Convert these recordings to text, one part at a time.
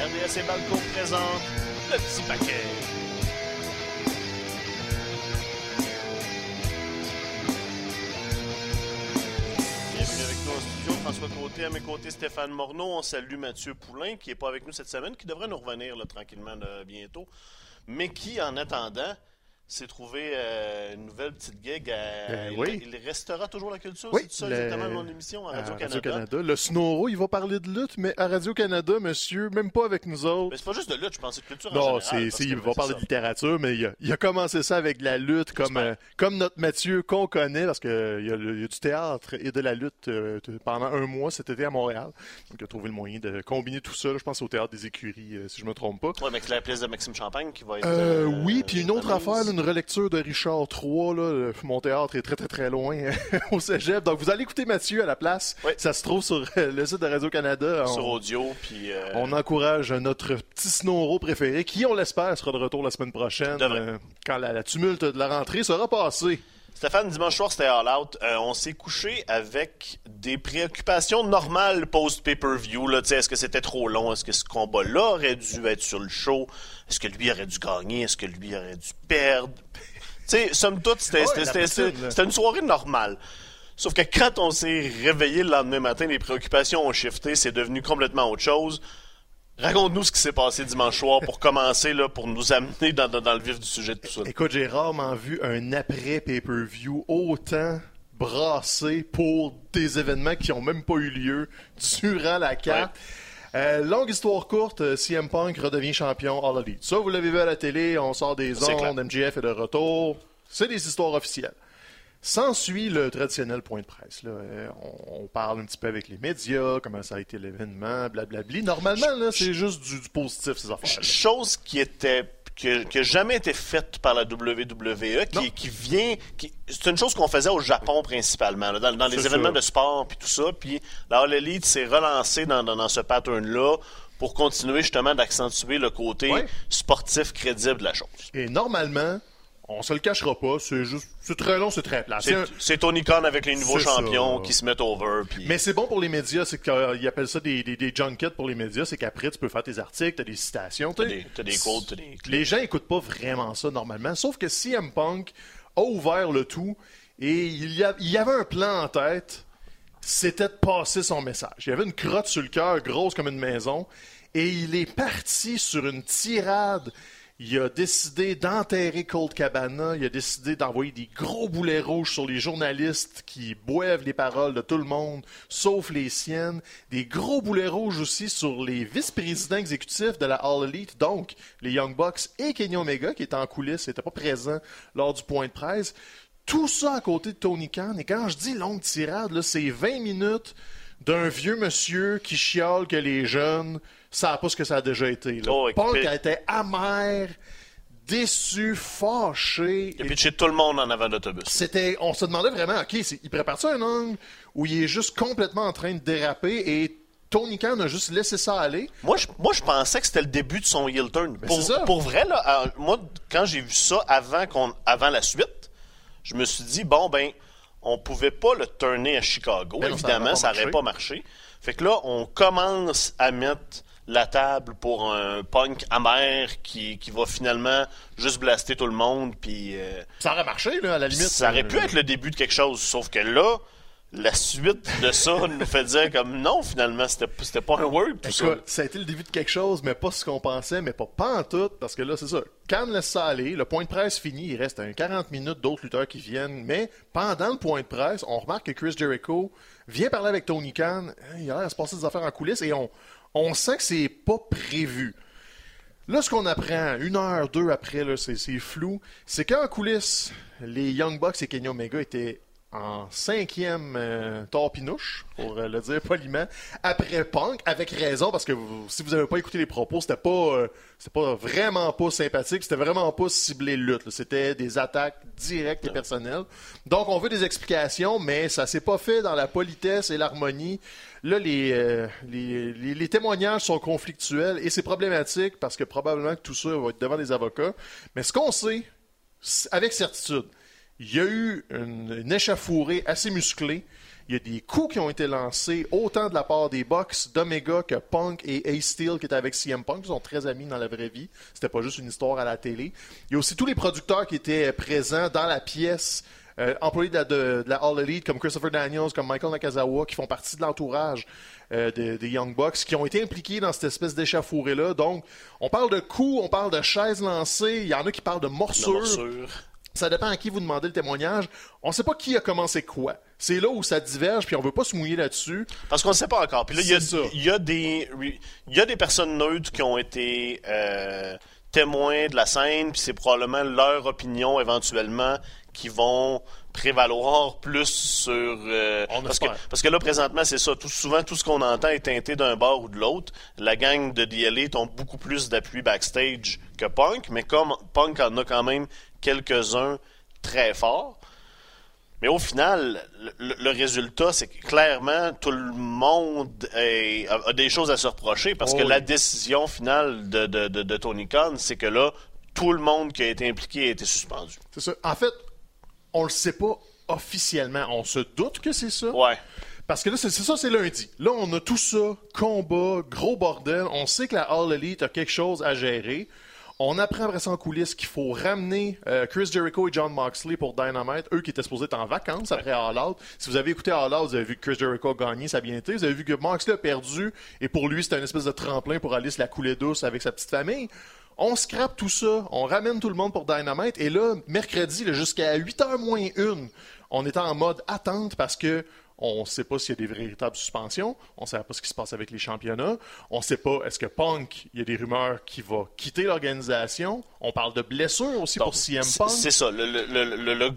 RDS et Balco présente le petit paquet. Bienvenue avec nous en studio, François Côté, à mes côtés Stéphane Morneau. On salue Mathieu Poulain qui n'est pas avec nous cette semaine, qui devrait nous revenir là, tranquillement bientôt, mais qui, en attendant, s'est trouvé une nouvelle petite gig. Oui. Il restera toujours la culture, Oui, c'est ça exactement mon émission à Radio-Canada. Le Snoro, il va parler de lutte, mais à Radio-Canada, monsieur, même pas avec nous autres. Mais c'est pas juste de lutte, je pensais de culture en Non, général. il va parler de littérature, mais il a commencé ça avec la lutte, comme notre Mathieu qu'on connaît, parce qu'il y a du théâtre et de la lutte pendant un mois cet été à Montréal. Donc, il a trouvé le moyen de combiner tout ça. Là, je pense au Théâtre des Écuries, si je me trompe pas. Oui, avec la pièce de Maxime Champagne qui va être... oui, puis une autre affaire, une relecture de Richard III. Là, mon théâtre est très, très, très loin au cégep. Donc, vous allez écouter Mathieu à la place. Oui. Ça se trouve sur le site de Radio-Canada. Sur audio, puis... On encourage notre petit Snoro préféré, qui, on l'espère, sera de retour la semaine prochaine, quand la tumulte de la rentrée sera passée. Stéphane, dimanche soir, c'était All Out. On s'est couché avec des préoccupations normales post-pay-per-view. Là. Est-ce que c'était trop long? Est-ce que ce combat-là aurait dû être sur le show? Est-ce que lui aurait dû gagner? Est-ce que lui aurait dû perdre? Somme toute, c'était une soirée normale. Sauf que quand on s'est réveillé le lendemain matin, les préoccupations ont shifté, c'est devenu complètement autre chose. Raconte-nous ce qui s'est passé dimanche soir pour commencer, là, pour nous amener dans le vif du sujet de tout ça. Écoute, j'ai rarement vu un après-pay-per-view autant brassé pour des événements qui n'ont même pas eu lieu durant la carte. Ouais. Longue histoire courte, CM Punk redevient champion All Elite. Ça, vous l'avez vu à la télé, on sort des ondes, MJF est de retour. C'est des histoires officielles. S'ensuit le traditionnel point de presse. Là. On parle un petit peu avec les médias, comment ça a été l'événement, blablabli. Normalement, là, c'est juste du positif, ces affaires-là. Chose qui a jamais été faite par la WWE, c'est une chose qu'on faisait au Japon principalement, là, dans les événements de sport puis tout ça. Puis la All Elite s'est relancée dans ce pattern-là pour continuer justement d'accentuer le côté sportif crédible de la chose. Et normalement, on se le cachera pas, c'est très long, c'est très plat. C'est Tony Khan avec les nouveaux champions qui se mettent over. Puis... Mais c'est bon pour les médias, c'est qu'ils appellent ça des junkets pour les médias, c'est qu'après tu peux faire tes articles, t'as des citations. T'as des quotes, t'as des clips. Les gens écoutent pas vraiment ça normalement, sauf que CM Punk a ouvert le tout et il y avait un plan en tête, c'était de passer son message. Il y avait une crotte sur le cœur, grosse comme une maison, et il est parti sur une tirade. Il a décidé d'enterrer Colt Cabana. Il a décidé d'envoyer des gros boulets rouges sur les journalistes qui boivent les paroles de tout le monde, sauf les siennes. Des gros boulets rouges aussi sur les vice-présidents exécutifs de la All Elite, donc les Young Bucks et Kenny Omega, qui étaient en coulisses, n'étaient pas présents lors du point de presse. Tout ça à côté de Tony Khan. Et quand je dis longue tirade, là, c'est 20 minutes d'un vieux monsieur qui chiale que les jeunes savent pas ce que ça a déjà été. Punk a été amer, déçu, fâché. Et puis chez tout le monde en avant d'autobus. On se demandait vraiment, OK, il prépare ça un angle où il est juste complètement en train de déraper et Tony Khan a juste laissé ça aller. Moi, je pensais que c'était le début de son heel turn. Pour vrai, là, moi, quand j'ai vu ça avant la suite, je me suis dit, on pouvait pas le turner à Chicago. Ben, évidemment, ça n'aurait pas marché. Fait que là, on commence à mettre la table pour un Punk amer qui va finalement juste blaster tout le monde. Puis, ça aurait marché, là, à la limite. Ça aurait pu être le début de quelque chose. Sauf que là, la suite de ça nous fait dire comme non, finalement, c'était pas un word. Tout ça a été le début de quelque chose, mais pas ce qu'on pensait, mais pas en tout, parce que là, c'est ça. Khan laisse ça aller, le point de presse fini, il reste 40 minutes d'autres lutteurs qui viennent, mais pendant le point de presse, on remarque que Chris Jericho vient parler avec Tony Khan, il a l'air à se passer des affaires en coulisses, et on sent que c'est pas prévu. Là, ce qu'on apprend, 1 heure, 2 après, là, c'est flou, c'est qu'en coulisses, les Young Bucks et Kenny Omega étaient en 5e torpinouche, pour le dire poliment, après Punk, avec raison, parce que si vous n'avez pas écouté les propos, c'était pas vraiment pas sympathique, c'était vraiment pas ciblé lutte, là. C'était des attaques directes et personnelles. Donc, on veut des explications, mais ça s'est pas fait dans la politesse et l'harmonie. Là, les témoignages sont conflictuels et c'est problématique parce que probablement que tout ça va être devant des avocats. Mais ce qu'on sait, avec certitude, il y a eu une échauffourée assez musclée. Il y a des coups qui ont été lancés, autant de la part des Bucks, d'Omega que Punk et Ace Steel qui étaient avec CM Punk. Ils sont très amis dans la vraie vie. C'était pas juste une histoire à la télé. Il y a aussi tous les producteurs qui étaient présents dans la pièce, employés de la All Elite, comme Christopher Daniels, comme Michael Nakazawa, qui font partie de l'entourage des Young Bucks, qui ont été impliqués dans cette espèce d'échauffourée-là. Donc, on parle de coups, on parle de chaises lancées, il y en a qui parlent de morsures. Ça dépend à qui vous demandez le témoignage. On ne sait pas qui a commencé quoi. C'est là où ça diverge, puis on ne veut pas se mouiller là-dessus. Parce qu'on ne sait pas encore. Puis là, il y a des personnes neutres qui ont été témoins de la scène, puis c'est probablement leur opinion éventuellement qui vont prévaloir plus sur... parce que là, présentement, c'est ça. Souvent, tout ce qu'on entend est teinté d'un bord ou de l'autre. La gang de The Elite ont beaucoup plus d'appui backstage que Punk, mais comme Punk en a quand même quelques-uns très forts. Mais au final, le résultat, c'est que clairement, tout le monde a des choses à se reprocher parce que la décision finale de Tony Khan, c'est que là, tout le monde qui a été impliqué a été suspendu. C'est ça. En fait, on le sait pas officiellement. On se doute que c'est ça. Ouais. Parce que là, c'est lundi. Là, on a tout ça, combat, gros bordel. On sait que la All Elite a quelque chose à gérer. On apprend après ça en coulisses qu'il faut ramener Chris Jericho et Jon Moxley pour Dynamite, eux qui étaient supposés être en vacances après All Out. Si vous avez écouté All Out, vous avez vu que Chris Jericho a gagné, ça a bien été. Vous avez vu que Moxley a perdu, et pour lui, c'était une espèce de tremplin pour aller se la couler douce avec sa petite famille. On scrape tout ça, on ramène tout le monde pour Dynamite, et là, mercredi, là, jusqu'à 8h moins 1, on est en mode attente parce que on ne sait pas s'il y a des véritables suspensions. On ne sait pas ce qui se passe avec les championnats. On ne sait pas, est-ce que Punk, il y a des rumeurs qu'il va quitter l'organisation. On parle de blessures aussi pour CM Punk. C'est ça. Le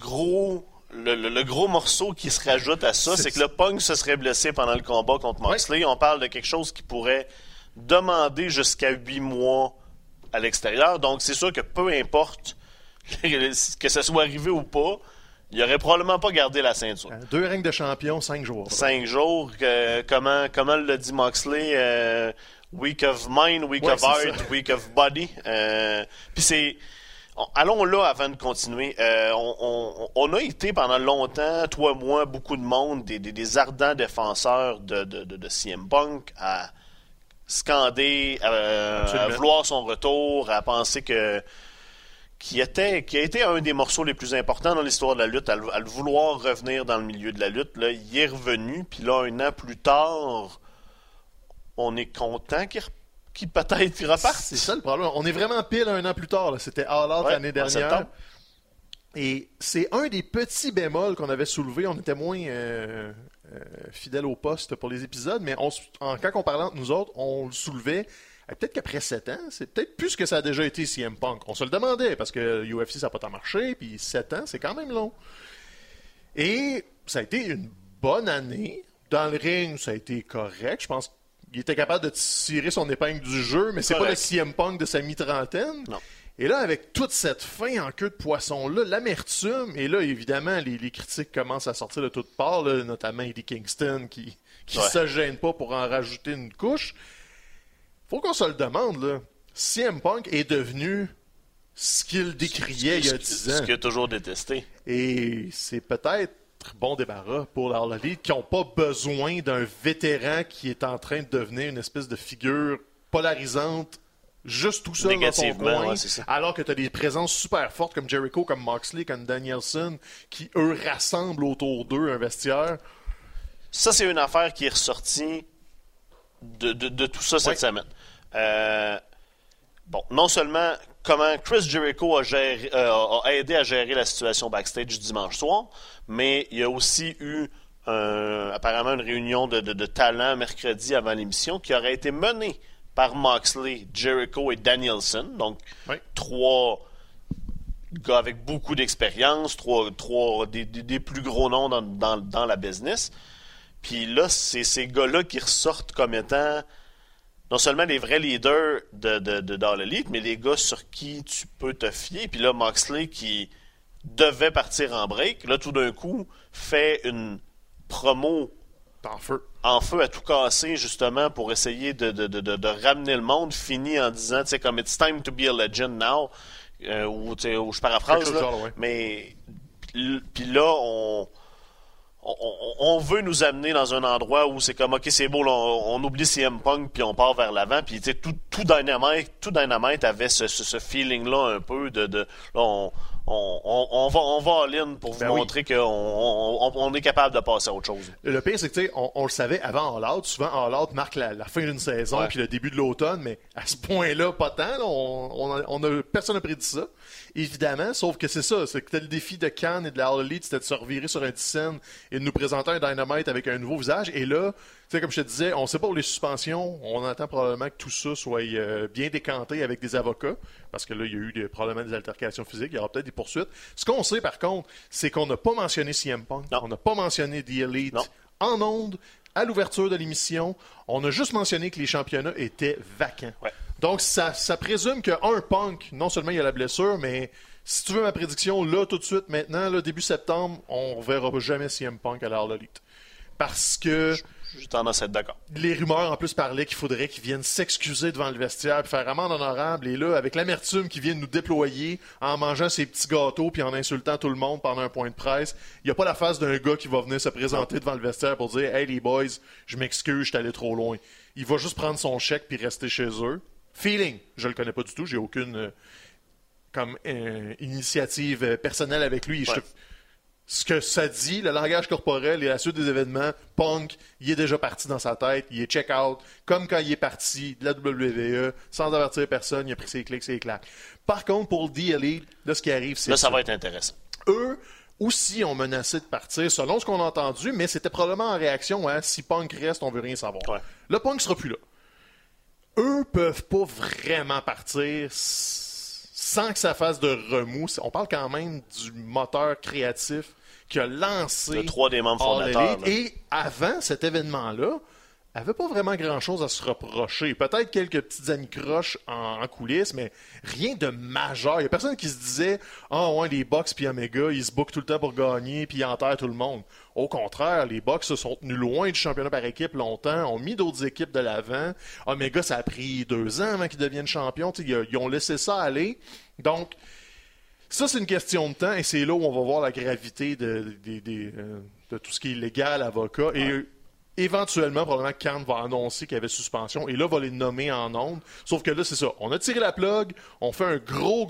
gros morceau qui se rajoute à ça, c'est que le Punk se serait blessé pendant le combat contre Moxley. On parle de quelque chose qui pourrait demander jusqu'à 8 mois à l'extérieur. Donc, c'est sûr que peu importe que ça soit arrivé ou pas, il n'aurait probablement pas gardé la ceinture. 2 règnes de champion, 5 jours. 5 jours. Comment l'a dit Moxley? Week of mind, week of heart, week of body. Puis c'est... Allons là avant de continuer. On a été pendant longtemps, toi, moi, beaucoup de monde, des ardents défenseurs de CM Punk à scander, à vouloir son retour, à penser qui a été un des morceaux les plus importants dans l'histoire de la lutte, à le vouloir revenir dans le milieu de la lutte. Là, il est revenu, puis là, 1 an plus tard, on est content qu'il peut-être reparte. C'est ça le problème. On est vraiment pile 1 an plus tard. Là. C'était All Out l'année dernière. Et c'est un des petits bémols qu'on avait soulevé. On était moins fidèles au poste pour les épisodes, mais quand on parlait entre nous autres, on le soulevait. Peut-être qu'après 7 ans, c'est peut-être plus que ça a déjà été CM Punk. On se le demandait, parce que UFC, ça n'a pas tant marché, puis 7 ans, c'est quand même long. Et ça a été une bonne année. Dans le ring, ça a été correct. Je pense qu'il était capable de tirer son épingle du jeu, mais c'est pas le CM Punk de sa mi-trentaine. Non. Et là, avec toute cette fin en queue de poisson-là, l'amertume, et là, évidemment, les critiques commencent à sortir de toutes parts, là, notamment Eddie Kingston, qui se gêne pas pour en rajouter une couche. Faut qu'on se le demande, là. CM Punk est devenu ce qu'il décriait il y a 10 ans. Ce qu'il a toujours détesté. Et c'est peut-être bon débarras pour la All Elite qui n'ont pas besoin d'un vétéran qui est en train de devenir une espèce de figure polarisante juste tout seul dans son coin, alors que tu as des présences super fortes comme Jericho, comme Moxley, comme Danielson, qui, eux, rassemblent autour d'eux un vestiaire. Ça, c'est une affaire qui est ressortie de tout ça cette semaine. Non seulement comment Chris Jericho a aidé à gérer la situation backstage dimanche soir, mais il y a aussi eu apparemment une réunion de talent mercredi avant l'émission qui aurait été menée par Moxley, Jericho et Danielson. Donc, 3 gars avec beaucoup d'expérience, 3 des plus gros noms dans la business. Puis là, c'est ces gars-là qui ressortent comme étant non seulement les vrais leaders dans l'élite, mais les gars sur qui tu peux te fier. Puis là, Moxley, qui devait partir en break, là, tout d'un coup, fait une promo en feu à tout casser, justement, pour essayer de ramener le monde, fini en disant, tu sais, comme « It's time to be a legend now », ou je paraphrase, là, mais puis là, on veut nous amener dans un endroit où c'est comme, OK, c'est beau, là, on oublie CM Punk, puis on part vers l'avant. Puis, tu sais, tout Dynamite avait ce feeling-là un peu là, on va all-in pour vous montrer qu'on est capable de passer à autre chose. Le pire, c'est que, tu sais, on le savait avant All Out. Souvent, All Out marque la fin d'une saison puis le début de l'automne, mais à ce point-là, pas tant. Là, personne n'a prédit ça. Évidemment, sauf que c'est ça. C'est que le défi de Khan et de la All Elite, c'était de se revirer sur un 10 et de nous présenter un Dynamite avec un nouveau visage. Et là, tu sais, comme je te disais, on ne sait pas pour les suspensions. On attend probablement que tout ça soit bien décanté avec des avocats. Parce que là, il y a eu probablement des altercations physiques. Il y aura peut-être des poursuites. Ce qu'on sait, par contre, c'est qu'on n'a pas mentionné CM Punk. Non. On n'a pas mentionné The Elite en ondes, à l'ouverture de l'émission. On a juste mentionné que les championnats étaient vacants. Ouais. Donc, ça présume qu'un Punk, non seulement il y a la blessure, mais si tu veux ma prédiction, là, tout de suite, maintenant, là, début septembre, on ne verra jamais CM Punk à la All Elite. Parce que... J'ai tendance à être d'accord. Les rumeurs, en plus, parlaient qu'il faudrait qu'ils viennent s'excuser devant le vestiaire et faire amende honorable. Et là, avec l'amertume qu'ils viennent nous déployer en mangeant ses petits gâteaux puis en insultant tout le monde pendant un point de presse, il n'y a pas la face d'un gars qui va venir se présenter devant le vestiaire pour dire « Hey, les boys, je m'excuse, je suis allé trop loin. » Il va juste prendre son chèque puis rester chez eux. Feeling, je le connais pas du tout. J'ai aucune initiative personnelle avec lui. Ce que ça dit, le langage corporel et la suite des événements, Punk, il est déjà parti dans sa tête, il est check-out, comme quand il est parti de la WWE, sans avertir personne, il a pris ses clics, ses claques. Par contre, pour le The Elite, là, ce qui arrive, c'est ça va être intéressant. Eux aussi ont menacé de partir, selon ce qu'on a entendu, mais c'était probablement en réaction à si Punk reste, on veut rien savoir. Ouais. Là, Punk sera plus là. Eux peuvent pas vraiment partir sans que ça fasse de remous. On parle quand même du moteur créatif qui a lancé le 3 des membres fondateurs. Et avant cet événement-là, avait pas vraiment grand-chose à se reprocher. Peut-être quelques petites anicroches en coulisses, mais rien de majeur. Il y a personne qui se disait « Ah ouais, les Bucks puis Omega, ils se bookent tout le temps pour gagner puis ils enterrent tout le monde. » Au contraire, les Bucks se sont tenus loin du championnat par équipe longtemps, ont mis d'autres équipes de l'avant. Omega, ça a pris 2 ans avant qu'ils deviennent champions. Ils ont laissé ça aller. Donc, ça, c'est une question de temps et c'est là où on va voir la gravité de tout ce qui est légal, avocat. Et éventuellement, probablement, Khan va annoncer qu'il y avait suspension et là, va les nommer en ondes. Sauf que là, c'est ça. On a tiré la plug, on fait un gros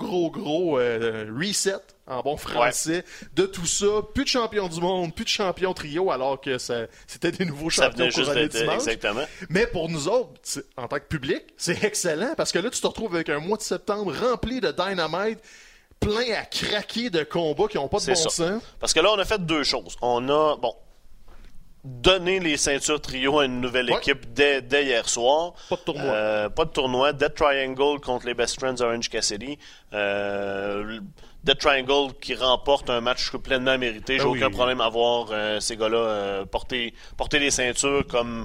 reset, en bon français, de tout ça. Plus de champion du monde, plus de champion trio, alors que c'était des nouveaux champions couronnés dimanche. Exactement. Mais pour nous autres, en tant que public, c'est excellent parce que là, tu te retrouves avec un mois de septembre rempli de Dynamite, plein à craquer de combats qui n'ont pas de bon sens. Parce que là, on a fait 2 choses. On a, donné les ceintures trio à une nouvelle équipe dès hier soir. Pas de tournoi. Pas de tournoi. Death Triangle contre les Best Friends Orange Cassidy. Death Triangle qui remporte un match pleinement mérité. J'ai aucun problème à voir ces gars-là porter les ceintures comme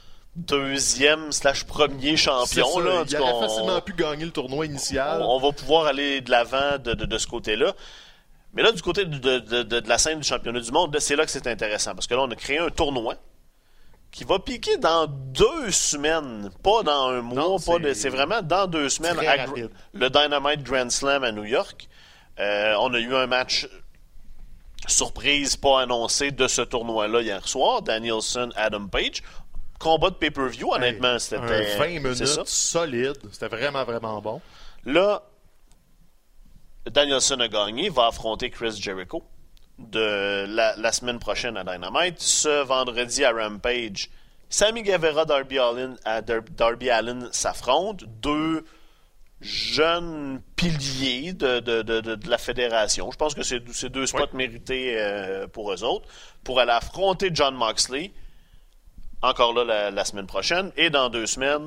deuxième/premier champion. Il aurait facilement pu gagner le tournoi initial. On va pouvoir aller de l'avant de ce côté-là. Mais là, du côté de la scène du championnat du monde, c'est là que c'est intéressant. Parce que là, on a créé un tournoi qui va piquer dans 2 semaines, pas dans un mois. Non, c'est vraiment dans 2 semaines. Le Dynamite Grand Slam à New York. On a eu un match surprise, pas annoncé, de ce tournoi-là hier soir. Danielson, Adam Page. Combat de pay-per-view, honnêtement, c'était... 20 minutes solide. C'était vraiment, vraiment bon. Là, Danielson a gagné, va affronter Chris Jericho de la semaine prochaine à Dynamite. Ce vendredi à Rampage, Sammy Guevara, Darby Allin s'affrontent. 2 jeunes piliers de la fédération. Je pense que c'est 2 spots mérités pour eux autres. Pour aller affronter Jon Moxley, encore là la semaine prochaine. Et dans 2 semaines,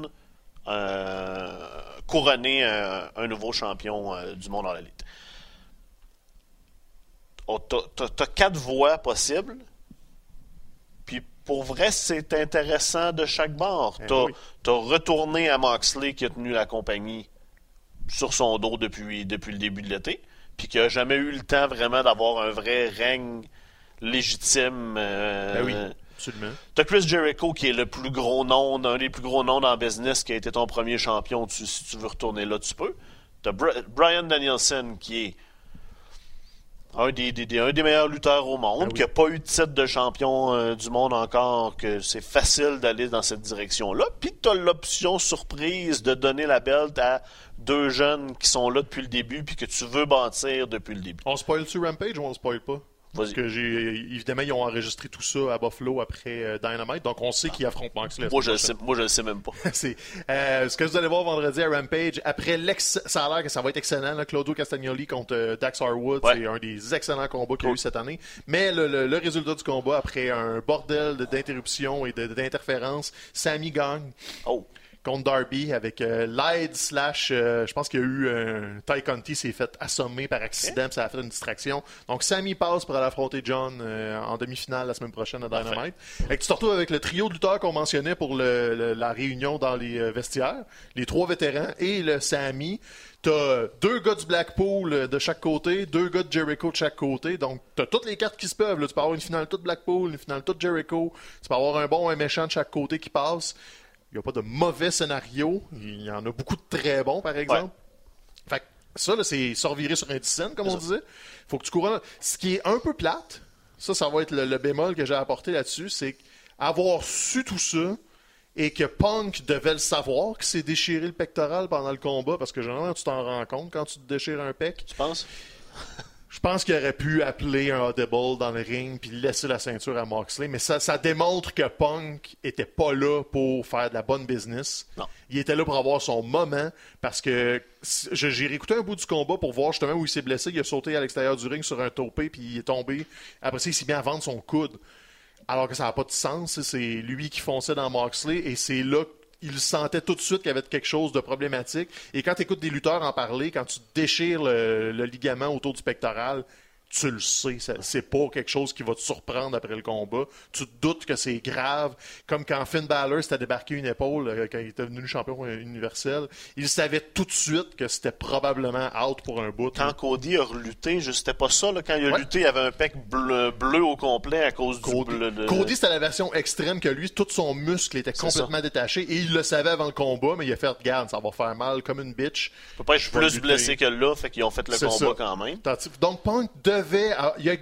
couronner un nouveau champion du monde en la Elite. T'as 4 voies possibles. Puis pour vrai, c'est intéressant de chaque bord. T'as retourné à Moxley qui a tenu la compagnie sur son dos depuis le début de l'été. Puis qui n'a jamais eu le temps vraiment d'avoir un vrai règne légitime. Absolument. T'as Chris Jericho qui est le plus gros nom, un des plus gros noms dans le business, qui a été ton premier champion. Si tu veux retourner là, tu peux. T'as Bryan Danielson qui est Un des meilleurs lutteurs au monde, qui n'a pas eu de titre de champion du monde encore, que c'est facile d'aller dans cette direction-là. Puis tu as l'option surprise de donner la belt à 2 jeunes qui sont là depuis le début puis que tu veux bâtir depuis le début. On spoil-tu Rampage ou on le spoil pas? Parce Vas-y. que évidemment, ils ont enregistré tout ça à Buffalo après Dynamite, donc on sait qu'ils affrontent Moxley. Moi, je le sais même pas. Ce que vous allez voir vendredi à Rampage, après ça a l'air que ça va être excellent, là, Claudio Castagnoli contre Dax Harwood, c'est un des excellents combats qu'il y a eu cette année. Mais le résultat du combat, après un bordel d'interruptions et d'interférences, Sami gagne. Contre Darby avec l'aide / je pense qu'il y a eu Ty Conti s'est fait assommer par accident, puis ça a fait une distraction. Donc Sami passe pour aller affronter John en demi-finale la semaine prochaine à Dynamite. Et tu te retrouves avec le trio de lutteurs qu'on mentionnait pour la réunion dans les vestiaires, les 3 vétérans et le Sami. T'as 2 gars du Blackpool de chaque côté, 2 gars de Jericho de chaque côté. Donc, t'as toutes les cartes qui se peuvent. Là. Tu peux avoir une finale toute Blackpool, une finale toute Jericho. Tu peux avoir un bon, un méchant de chaque côté qui passe. Il n'y a pas de mauvais scénario. Il y en a beaucoup de très bons, par exemple. Fait que ça, là, c'est se revirer sur un scène, comme on disait. Faut que tu cours. Ce qui est un peu plate, ça va être le bémol que j'ai apporté là-dessus, c'est avoir su tout ça et que Punk devait le savoir, qu'il s'est déchiré le pectoral pendant le combat, parce que généralement, tu t'en rends compte quand tu te déchires un pec. Tu penses? Je pense qu'il aurait pu appeler un audible dans le ring puis laisser la ceinture à Moxley, mais ça démontre que Punk était pas là pour faire de la bonne business. Non. Il était là pour avoir son moment, parce que j'ai réécouté un bout du combat pour voir justement où il s'est blessé. Il a sauté à l'extérieur du ring sur un topé puis il est tombé. Après ça, il s'est mis à vendre son coude. Alors que ça n'a pas de sens. C'est lui qui fonçait dans Moxley et c'est là il sentait tout de suite qu'il y avait quelque chose de problématique. Et quand tu écoutes des lutteurs en parler, quand tu déchires le ligament autour du pectoral, tu le sais, c'est pas quelque chose qui va te surprendre après le combat. Tu te doutes que c'est grave. Comme quand Finn Balor s'était débarqué une épaule quand il était devenu champion universel. Il savait tout de suite que c'était probablement out pour un bout. Quand Cody a relutté, c'était pas ça. Là, quand il a lutté, il avait un pec bleu au complet à cause du bleu. Cody, c'était la version extrême que lui, tout son muscle était complètement détaché. Et il le savait avant le combat, mais il a fait « Regarde, ça va faire mal comme une bitch. » Il peut pas être plus blessé que là, fait qu'ils ont fait le combat quand même. Donc Punk il y a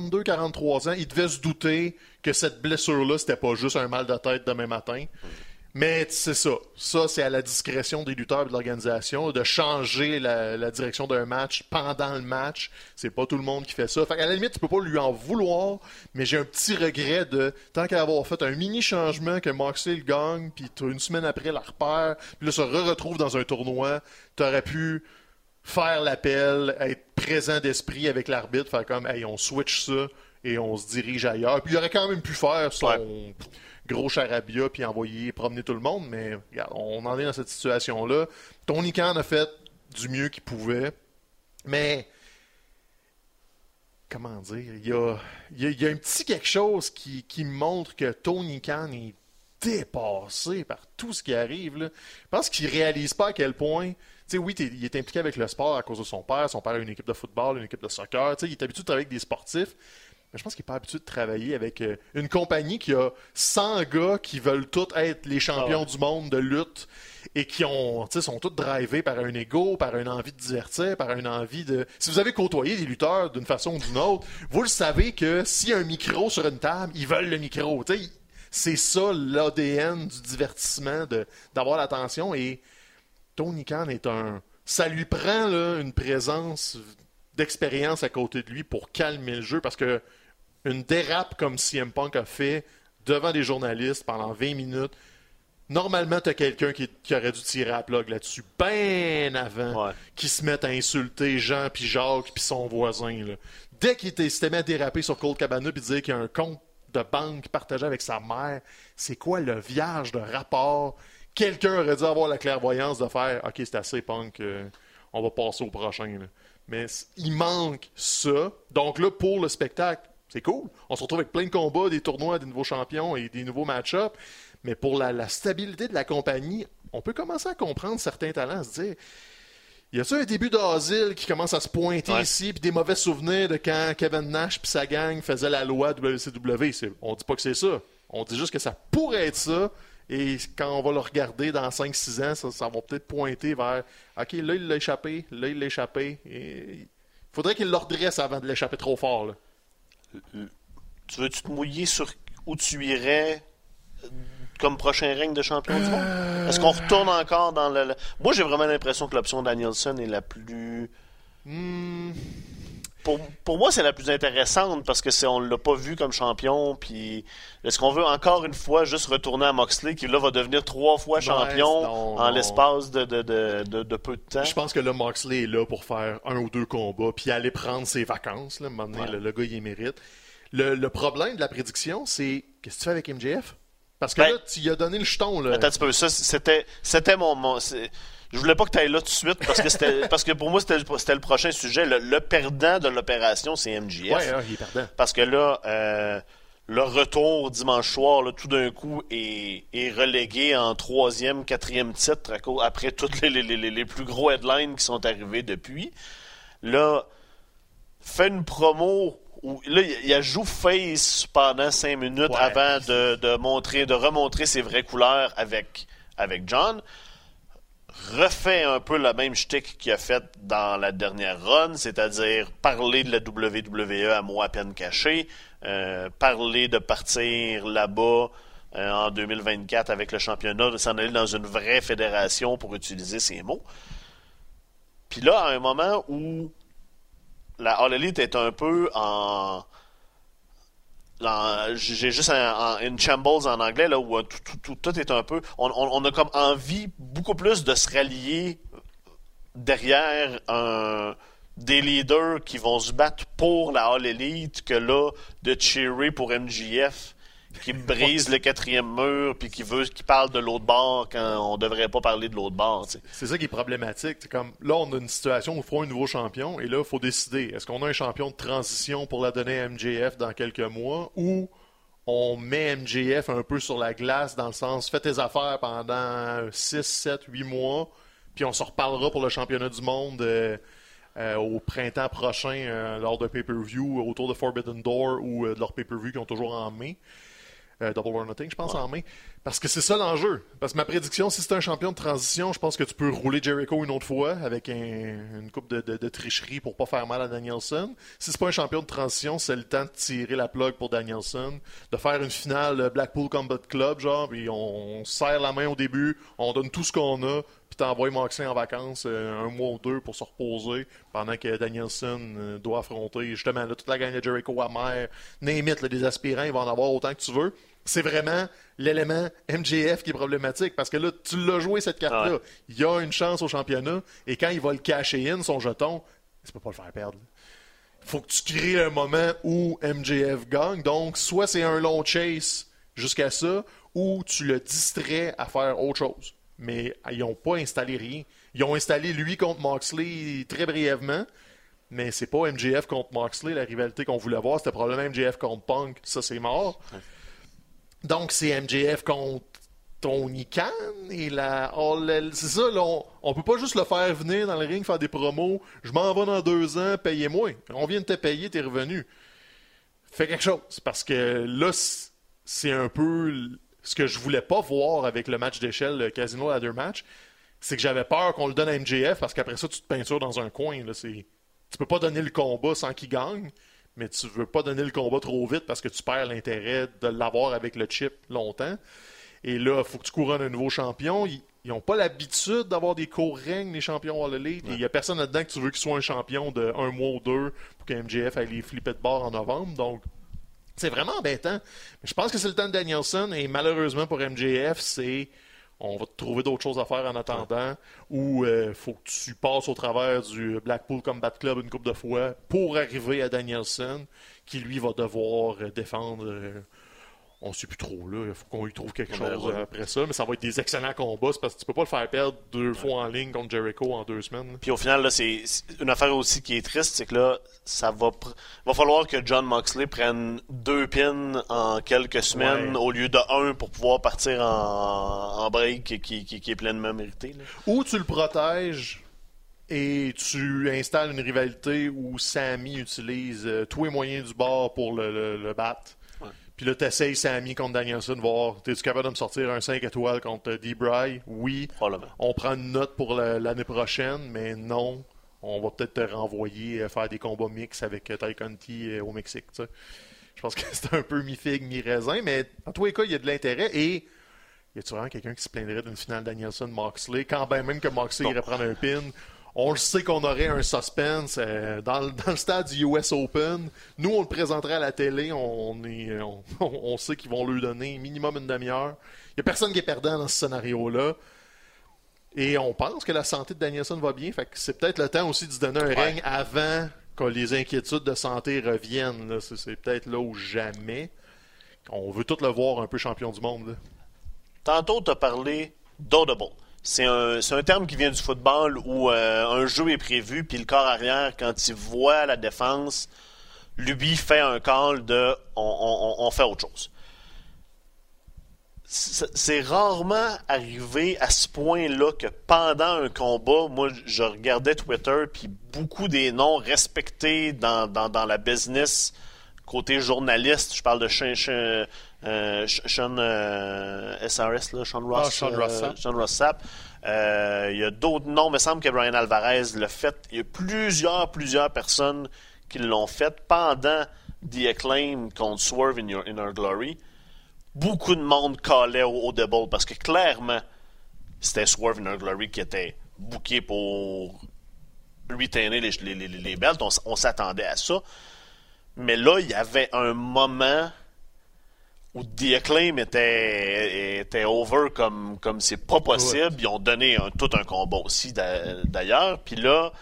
42-43 ans, il devait se douter que cette blessure-là, c'était pas juste un mal de tête demain matin. Mais c'est ça. Ça, c'est à la discrétion des lutteurs et de l'organisation de changer la direction d'un match pendant le match. C'est pas tout le monde qui fait ça. Fait qu'à la limite, tu peux pas lui en vouloir, mais j'ai un petit regret de, tant qu'à avoir fait un mini changement que Moxley le gagne, puis une semaine après, la repère, puis là, se retrouve dans un tournoi, t'aurais pu faire l'appel, être présent d'esprit avec l'arbitre, faire comme, hey, on switch ça et on se dirige ailleurs. Puis il aurait quand même pu faire son gros charabia puis envoyer promener tout le monde, mais regarde, on en est dans cette situation-là. Tony Khan a fait du mieux qu'il pouvait, mais comment dire, il y a un petit quelque chose qui me montre que Tony Khan est dépassé par tout ce qui arrive. Là. Je pense qu'il réalise pas à quel point... Tu sais, oui, il est impliqué avec le sport à cause de son père. Son père a une équipe de football, une équipe de soccer. Tu sais, il est habitué de travailler avec des sportifs. Mais je pense qu'il n'est pas habitué de travailler avec une compagnie qui a 100 gars qui veulent tous être les champions du monde de lutte et qui sont tous drivés par un ego, par une envie de divertir, par une envie de... Si vous avez côtoyé des lutteurs d'une façon ou d'une autre, vous le savez que s'il y a un micro sur une table, ils veulent le micro. Tu sais, c'est ça l'ADN du divertissement, d'avoir l'attention. Et Tony Khan est ça lui prend là, une présence d'expérience à côté de lui pour calmer le jeu, parce que une dérape comme CM Punk a fait devant des journalistes pendant 20 minutes, normalement, tu as quelqu'un qui aurait dû tirer à la plug là-dessus bien avant qu'il se mette à insulter Jean, puis Jacques, puis son voisin. Là. Dès qu'il s'était mis à déraper sur Colt Cabana puis dire qu'il y a un compte de banque partagé avec sa mère, c'est quoi le vierge de rapport? Quelqu'un aurait dû avoir la clairvoyance de faire « Ok, c'est assez, Punk, on va passer au prochain. » Mais il manque ça. Donc là, pour le spectacle, c'est cool. On se retrouve avec plein de combats, des tournois, des nouveaux champions et des nouveaux match-ups. Mais pour la stabilité de la compagnie, on peut commencer à comprendre certains talents, se dire... Y a-t-il un début d'asile qui commence à se pointer ici, puis des mauvais souvenirs de quand Kevin Nash puis sa gang faisaient la loi WCW? On dit pas que c'est ça. On dit juste que ça pourrait être ça. Et quand on va le regarder dans 5-6 ans, ça va peut-être pointer vers « Ok, là, il l'a échappé. Là, il l'a échappé. » Et Faudrait qu'il le redresse avant de l'échapper trop fort. Là. Tu veux-tu te mouiller sur où tu irais comme prochain règne de champion du monde? Est-ce qu'on retourne encore dans le... Moi, j'ai vraiment l'impression que l'option Danielson est la plus... Pour moi, c'est la plus intéressante parce que on l'a pas vu comme champion. Puis est-ce qu'on veut encore une fois juste retourner à Moxley qui là va devenir 3 fois champion en l'espace de peu de temps? Je pense que là, Moxley est là pour faire 1 ou 2 combats puis aller prendre ses vacances. Là, à un moment donné, le gars, il les mérite. Le problème de la prédiction, c'est qu'est-ce que tu fais avec MJF? Parce que là, tu lui as donné le jeton. Là. Attends un petit peu. Ça, c'était mon je voulais pas que tu ailles là tout de suite parce que pour moi, c'était le prochain sujet. Le perdant de l'opération, c'est MJF. Ouais, il est perdant. Parce que là, le retour dimanche soir, là, tout d'un coup, est relégué en 3e, 4e titre après tous les plus gros headlines qui sont arrivés depuis. Là, fait une promo où là, il joue face pendant 5 minutes avant de remontrer ses vraies couleurs avec John. Refait un peu la même shtick qu'il a fait dans la dernière run, c'est-à-dire parler de la WWE à mots à peine cachés, parler de partir là-bas en 2024 avec le championnat, de s'en aller dans une vraie fédération pour utiliser ces mots. Puis là, à un moment où la All Elite est un peu j'ai juste une shambles en anglais là où tout est un peu on a comme envie beaucoup plus de se rallier derrière des leaders qui vont se battre pour la All Elite que là de cheerer pour MJF qui brise le 4e mur puis qui parle de l'autre bord quand on devrait pas parler de l'autre bord. T'sais. C'est ça qui est problématique. C'est comme là, on a une situation où il faut un nouveau champion et là, il faut décider. Est-ce qu'on a un champion de transition pour la donner à MJF dans quelques mois ou on met MJF un peu sur la glace dans le sens fais tes affaires pendant 6, 7, 8 mois puis on se reparlera pour le championnat du monde au printemps prochain lors d'un pay-per-view autour de Forbidden Door ou de leur pay-per-view qu'ils ont toujours en mai. Double or Nothing, je pense, en mai. Parce que c'est ça l'enjeu. Parce que ma prédiction, si c'est un champion de transition, je pense que tu peux rouler Jericho une autre fois avec une coupe de tricherie pour pas faire mal à Danielson. Si c'est pas un champion de transition, c'est le temps de tirer la plug pour Danielson, de faire une finale Blackpool Combat Club, genre, puis on serre la main au début, on donne tout ce qu'on a, puis t'envoies Moxley en vacances 1 mois ou 2 pour se reposer pendant que Danielson doit affronter justement là, toute la gang de Jericho amère, name it, là, des aspirants, il va en avoir autant que tu veux. C'est vraiment l'élément MJF qui est problématique parce que là, tu l'as joué cette carte-là. Ouais. Il y a une chance au championnat et quand il va le cacher in, son jeton, tu peux pas le faire perdre. Il faut que tu crées un moment où MJF gagne. Donc, soit c'est un long chase jusqu'à ça ou tu le distrais à faire autre chose. Mais ils n'ont pas installé rien. Ils ont installé lui contre Moxley très brièvement. Mais c'est pas MJF contre Moxley, la rivalité qu'on voulait voir. C'était probablement MJF contre Punk. Ça, c'est mort. Ouais. Donc, c'est MJF contre Tony Khan et la c'est ça, là, on peut pas juste le faire venir dans le ring, faire des promos. Je m'en vais dans 2 ans, payez-moi. On vient de te payer, t'es revenu. Fais quelque chose. Parce que là, c'est un peu ce que je voulais pas voir avec le match d'échelle, le Casino Ladder Match. C'est que j'avais peur qu'on le donne à MJF parce qu'après ça, tu te peintures dans un coin. Là, tu peux pas donner le combat sans qu'il gagne. Mais tu veux pas donner le combat trop vite parce que tu perds l'intérêt de l'avoir avec le chip longtemps. Et là, il faut que tu couronnes un nouveau champion. Ils n'ont pas l'habitude d'avoir des courts règnes, les champions All Elite. Il n'y a personne là-dedans que tu veux qu'il soit un champion de 1 mois ou 2 pour que MJF aille les flipper de bord en novembre. Donc, c'est vraiment embêtant. Mais je pense que c'est le temps de Danielson. Et malheureusement pour MJF, c'est... On va te trouver d'autres choses à faire en attendant ou faut que tu passes au travers du Blackpool Combat Club une couple de fois pour arriver à Danielson qui, lui, va devoir défendre... on ne sait plus trop, là. Il faut qu'on lui trouve quelque chose après ça. Mais ça va être des excellents combats. C'est parce que tu peux pas le faire perdre 2 fois en ligne contre Jericho en 2 semaines. Puis au final, là, c'est une affaire aussi qui est triste, c'est que là, ça va falloir que John Moxley prenne 2 pins en quelques semaines au lieu de 1 pour pouvoir partir en break qui est pleinement mérité. Là. Ou tu le protèges et tu installes une rivalité où Sami utilise tous les moyens du bord pour le battre. Puis là, t'essayes Sami contre Danielson, voir, t'es-tu capable de me sortir un 5 étoiles contre D-Bry? Oui. On prend une note pour l'année prochaine, mais non. on va peut-être te renvoyer faire des combats mix avec Ty Conti au Mexique. T'sais. Je pense que c'est un peu mi-figue, mi-raisin, mais en tous les cas, il y a de l'intérêt. Et y a-tu vraiment quelqu'un qui se plaindrait d'une finale Danielson-Moxley, quand ben même que Moxley irait prendre un pin? On le sait qu'on aurait un suspense dans le stade du US Open. Nous, on le présenterait à la télé. On sait qu'ils vont lui donner minimum une demi-heure. Il n'y a personne qui est perdant dans ce scénario-là. Et on pense que la santé de Danielson va bien. Fait que c'est peut-être le temps aussi de se donner un règne avant que les inquiétudes de santé reviennent. Là. C'est peut-être là où jamais. On veut tout le voir un peu champion du monde. Là. Tantôt, tu as parlé d'audible. C'est un terme qui vient du football où un jeu est prévu, puis le corps arrière, quand il voit la défense, lui fait un call de on fait autre chose. C'est rarement arrivé à ce point-là que pendant un combat, moi, je regardais Twitter, puis beaucoup des noms respectés dans la business, côté journaliste, je parle de Sean SRS, là, Sean Ross Sapp. Il y a d'autres noms, il me semble que Brian Alvarez l'a fait. Il y a plusieurs personnes qui l'ont fait pendant The Acclaim contre Swerve in Our Glory. Beaucoup de monde callait au double parce que clairement, c'était Swerve in Our Glory qui était booké pour lui tenir les belts. On s'attendait à ça. Mais là, il y avait un moment où The Acclaim était over comme c'est pas possible. Ils ont donné tout un combat aussi, d'ailleurs. Puis là,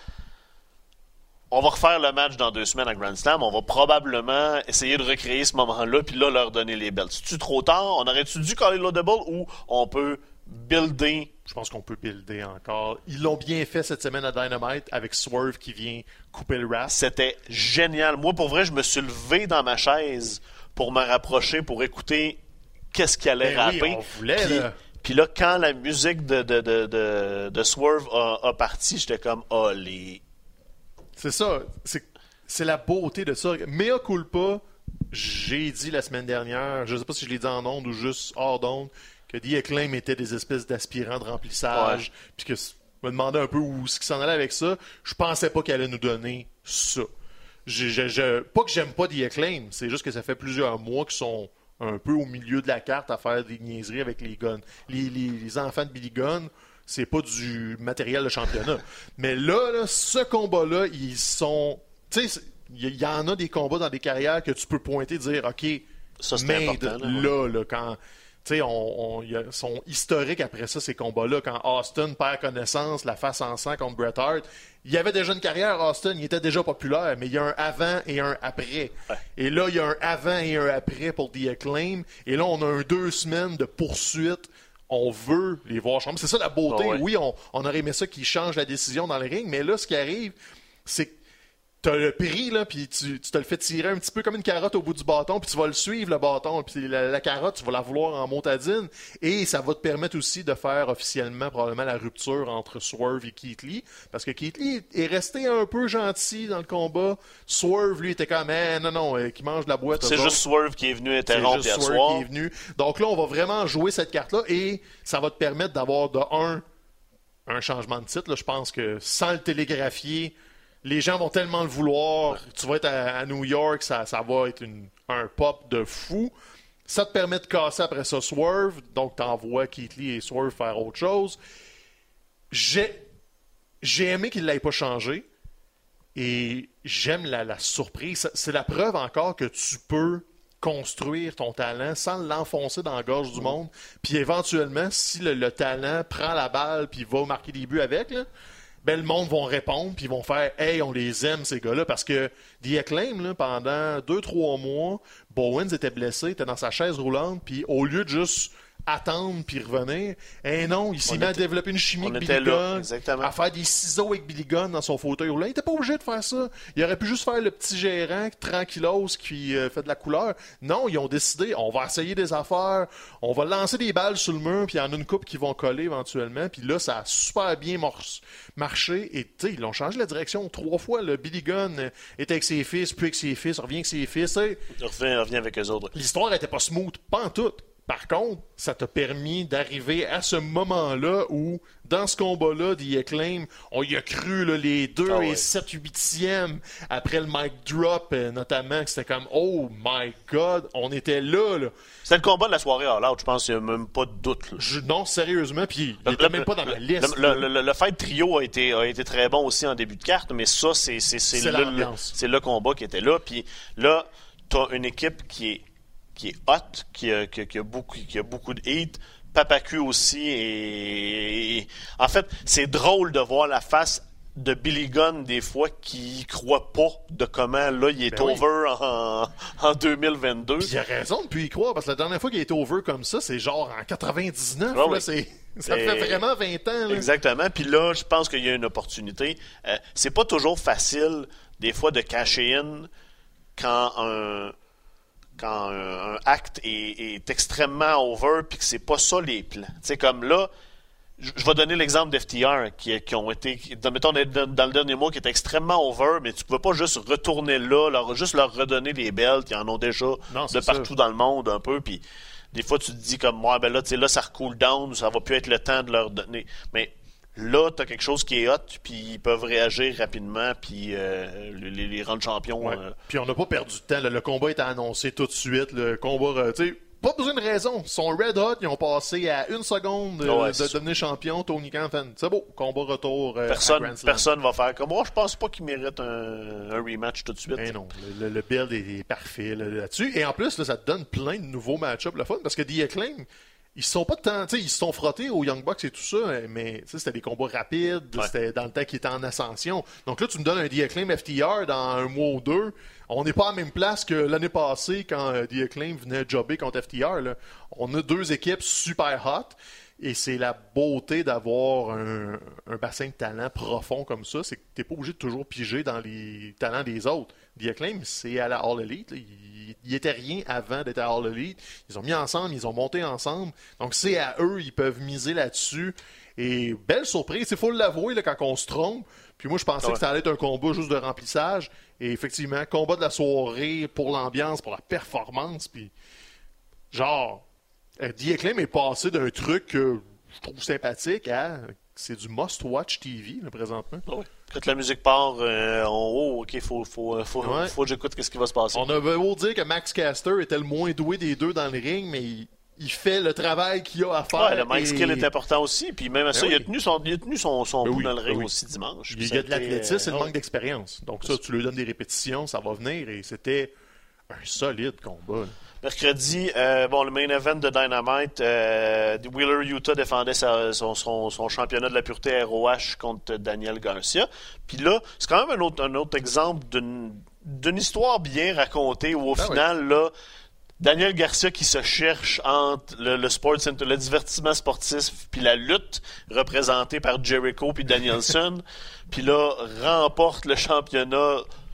on va refaire le match dans 2 semaines à Grand Slam. On va probablement essayer de recréer ce moment-là, puis là, leur donner les belts. C'est-tu trop tard? On aurait-tu dû caller l'audible ou on peut builder? Je pense qu'on peut builder encore. Ils l'ont bien fait cette semaine à Dynamite avec Swerve qui vient couper le rap. C'était génial. Moi, pour vrai, je me suis levé dans ma chaise pour me rapprocher, pour écouter qu'est-ce qu'il allait rapper. Oui, on voulait, là. Puis là, quand la musique de Swerve a parti, j'étais comme, les... C'est ça. C'est la beauté de ça. Mea culpa, j'ai dit la semaine dernière, je ne sais pas si je l'ai dit en ondes ou juste hors d'ondes, que The Acclaim était des espèces d'aspirants de remplissage. Puis que je me demandais un peu où ce qui s'en allait avec ça. Je pensais pas qu'elle allait nous donner ça. Pas que j'aime pas The Acclaim, c'est juste que ça fait plusieurs mois qu'ils sont un peu au milieu de la carte à faire des niaiseries avec les Guns. Les enfants de Billy Gunn, c'est pas du matériel de championnat. Mais là, ce combat-là, ils sont... Tu sais, il y en a des combats dans des carrières que tu peux pointer et dire, OK, ça, c'est made important, là, quand... Tu sais, ils sont historiques après ça, ces combats-là. Quand Austin perd connaissance, la face en sang contre Bret Hart, il y avait déjà une carrière, Austin, il était déjà populaire, mais il y a un avant et un après. Ouais. Et là, il y a un avant et un après pour The Acclaim. Et là, on a 2 semaines de poursuite. On veut les voir changer. C'est ça la beauté. Oh, ouais. Oui, on aurait aimé ça qu'ils changent la décision dans le ring, mais là, ce qui arrive, c'est que t'as le prix, là, puis tu te le fais tirer un petit peu comme une carotte au bout du bâton, puis tu vas le suivre, le bâton, puis la carotte, tu vas la vouloir en motadine, et ça va te permettre aussi de faire officiellement probablement la rupture entre Swerve et Keith Lee, parce que Keith Lee est resté un peu gentil dans le combat. Swerve, lui, était comme, non, qui mange de la boîte. C'est juste Swerve qui est venu interrompre hier soir. Qui est venu. Donc là, on va vraiment jouer cette carte-là, et ça va te permettre d'avoir un changement de titre. Là, je pense que sans le télégraphier, les gens vont tellement le vouloir. Tu vas être à New York, ça va être un pop de fou. Ça te permet de casser après ça Swerve. Donc, tu envoies Keith Lee et Swerve faire autre chose. J'ai aimé qu'il ne l'ait pas changé. Et j'aime la surprise. C'est la preuve encore que tu peux construire ton talent sans l'enfoncer dans la gorge du monde. Puis éventuellement, si le talent prend la balle puis va marquer des buts avec, là, ben, le monde va répondre, puis ils vont faire « Hey, on les aime, ces gars-là. » Parce que The Acclaim, là, pendant 2-3 mois, Bowens était blessé, était dans sa chaise roulante, puis au lieu de juste attendre puis revenir, non, il s'est mis à développer une chimie avec Billy Gunn, à faire des ciseaux avec Billy Gunn dans son fauteuil roulant. Il n'était pas obligé de faire ça. Il aurait pu juste faire le petit gérant tranquillos qui fait de la couleur. Non, ils ont décidé, on va essayer des affaires, on va lancer des balles sur le mur, puis il y en a une couple qui vont coller éventuellement, puis là, ça a super bien marché, et tu sais, ils l'ont changé la direction 3 fois. Le Billy Gunn était avec ses fils, puis avec ses fils, revient avec ses fils. Il revient avec eux autres. L'histoire n'était pas smooth, pas en tout. Par contre, ça t'a permis d'arriver à ce moment-là où, dans ce combat-là, The Acclaim, on y a cru là, les 2 et 7 8e après le mic drop, notamment, que c'était comme « Oh my God! » On était là. C'était le combat de la soirée All Out, je pense qu'il n'y a même pas de doute. Non, sérieusement, puis il n'était même pas dans ma liste. Le fight trio a été très bon aussi en début de carte, mais ça, c'est le combat qui était là. Puis là, t'as une équipe qui est hot, qui a beaucoup de heat. Papacu aussi. Et en fait, c'est drôle de voir la face de Billy Gunn des fois qui croit pas de comment là il est over en 2022. Puis il a raison de plus y croire parce que la dernière fois qu'il a été over comme ça, c'est genre en 99. Là, ça fait vraiment 20 ans. Là. Exactement. Puis là, je pense qu'il y a une opportunité. C'est pas toujours facile des fois de cacher in quand un acte est extrêmement over puis que c'est pas ça les plans. Tu sais, comme là, je vais donner l'exemple d'FTR qui ont été, mettons, dans le dernier mois, qui était extrêmement over, mais tu pouvais pas juste retourner là, juste leur redonner les belts, ils en ont déjà de partout dans le monde un peu, puis des fois tu te dis comme moi, ben là, tu sais, là ça recool down, ça va plus être le temps de leur donner. Mais là, t'as quelque chose qui est hot, puis ils peuvent réagir rapidement, puis les rendre champions. Ouais. Puis on n'a pas perdu de temps. Là. Le combat était annoncé tout de suite. Le combat, tu sais, pas besoin de raison. Ils sont red hot. Ils ont passé à 1 seconde de devenir champion. Tony Khan fait c'est beau. Combat retour. Personne va faire comme moi. Je pense pas qu'il mérite un rematch tout de suite. Mais non. Le build est parfait là-dessus. Et en plus, là, ça te donne plein de nouveaux match-ups le fun parce que The Acclaim, ils se sont pas tant, ils se sont frottés aux Young Bucks et tout ça, mais c'était des combats rapides, c'était dans le temps qu'ils étaient en ascension. Donc là, tu me donnes un The Acclaim FTR dans un mois ou deux. On n'est pas à la même place que l'année passée quand The Acclaim venait jobber contre FTR. Là. On a 2 équipes super hot. Et c'est la beauté d'avoir un bassin de talent profond comme ça, c'est que t'es pas obligé de toujours piger dans les talents des autres. The Acclaim, c'est à la All Elite. Là. Il était rien avant d'être à All Elite. Ils ont mis ensemble, ils ont monté ensemble. Donc c'est à eux, ils peuvent miser là-dessus. Et belle surprise, il faut l'avouer là, quand on se trompe. Puis moi, je pensais que ça allait être un combat juste de remplissage. Et effectivement, combat de la soirée pour l'ambiance, pour la performance. Puis genre... The Acclaim est passé d'un truc que je trouve sympathique à... C'est du must-watch TV, là, présentement. Oui. Quand la musique part, OK, faut que j'écoute ce qui va se passer. On avait beau dire que Max Caster était le moins doué des deux dans le ring, mais il fait le travail qu'il a à faire. Ouais, le mic skill est important aussi. Puis même à ça, il a tenu son bout dans le ring aussi dimanche. Il y a de l'athlétisme et le manque d'expérience. Donc ça, tu lui donnes des répétitions, ça va venir. Et c'était un solide combat. Là. Mercredi, le main event de Dynamite, Wheeler Yuta défendait son championnat de la pureté ROH contre Daniel Garcia. Puis là, c'est quand même un autre exemple d'une histoire bien racontée où au final, là, Daniel Garcia qui se cherche entre le divertissement sportif puis la lutte représentée par Jericho puis Danielson, puis là, remporte le championnat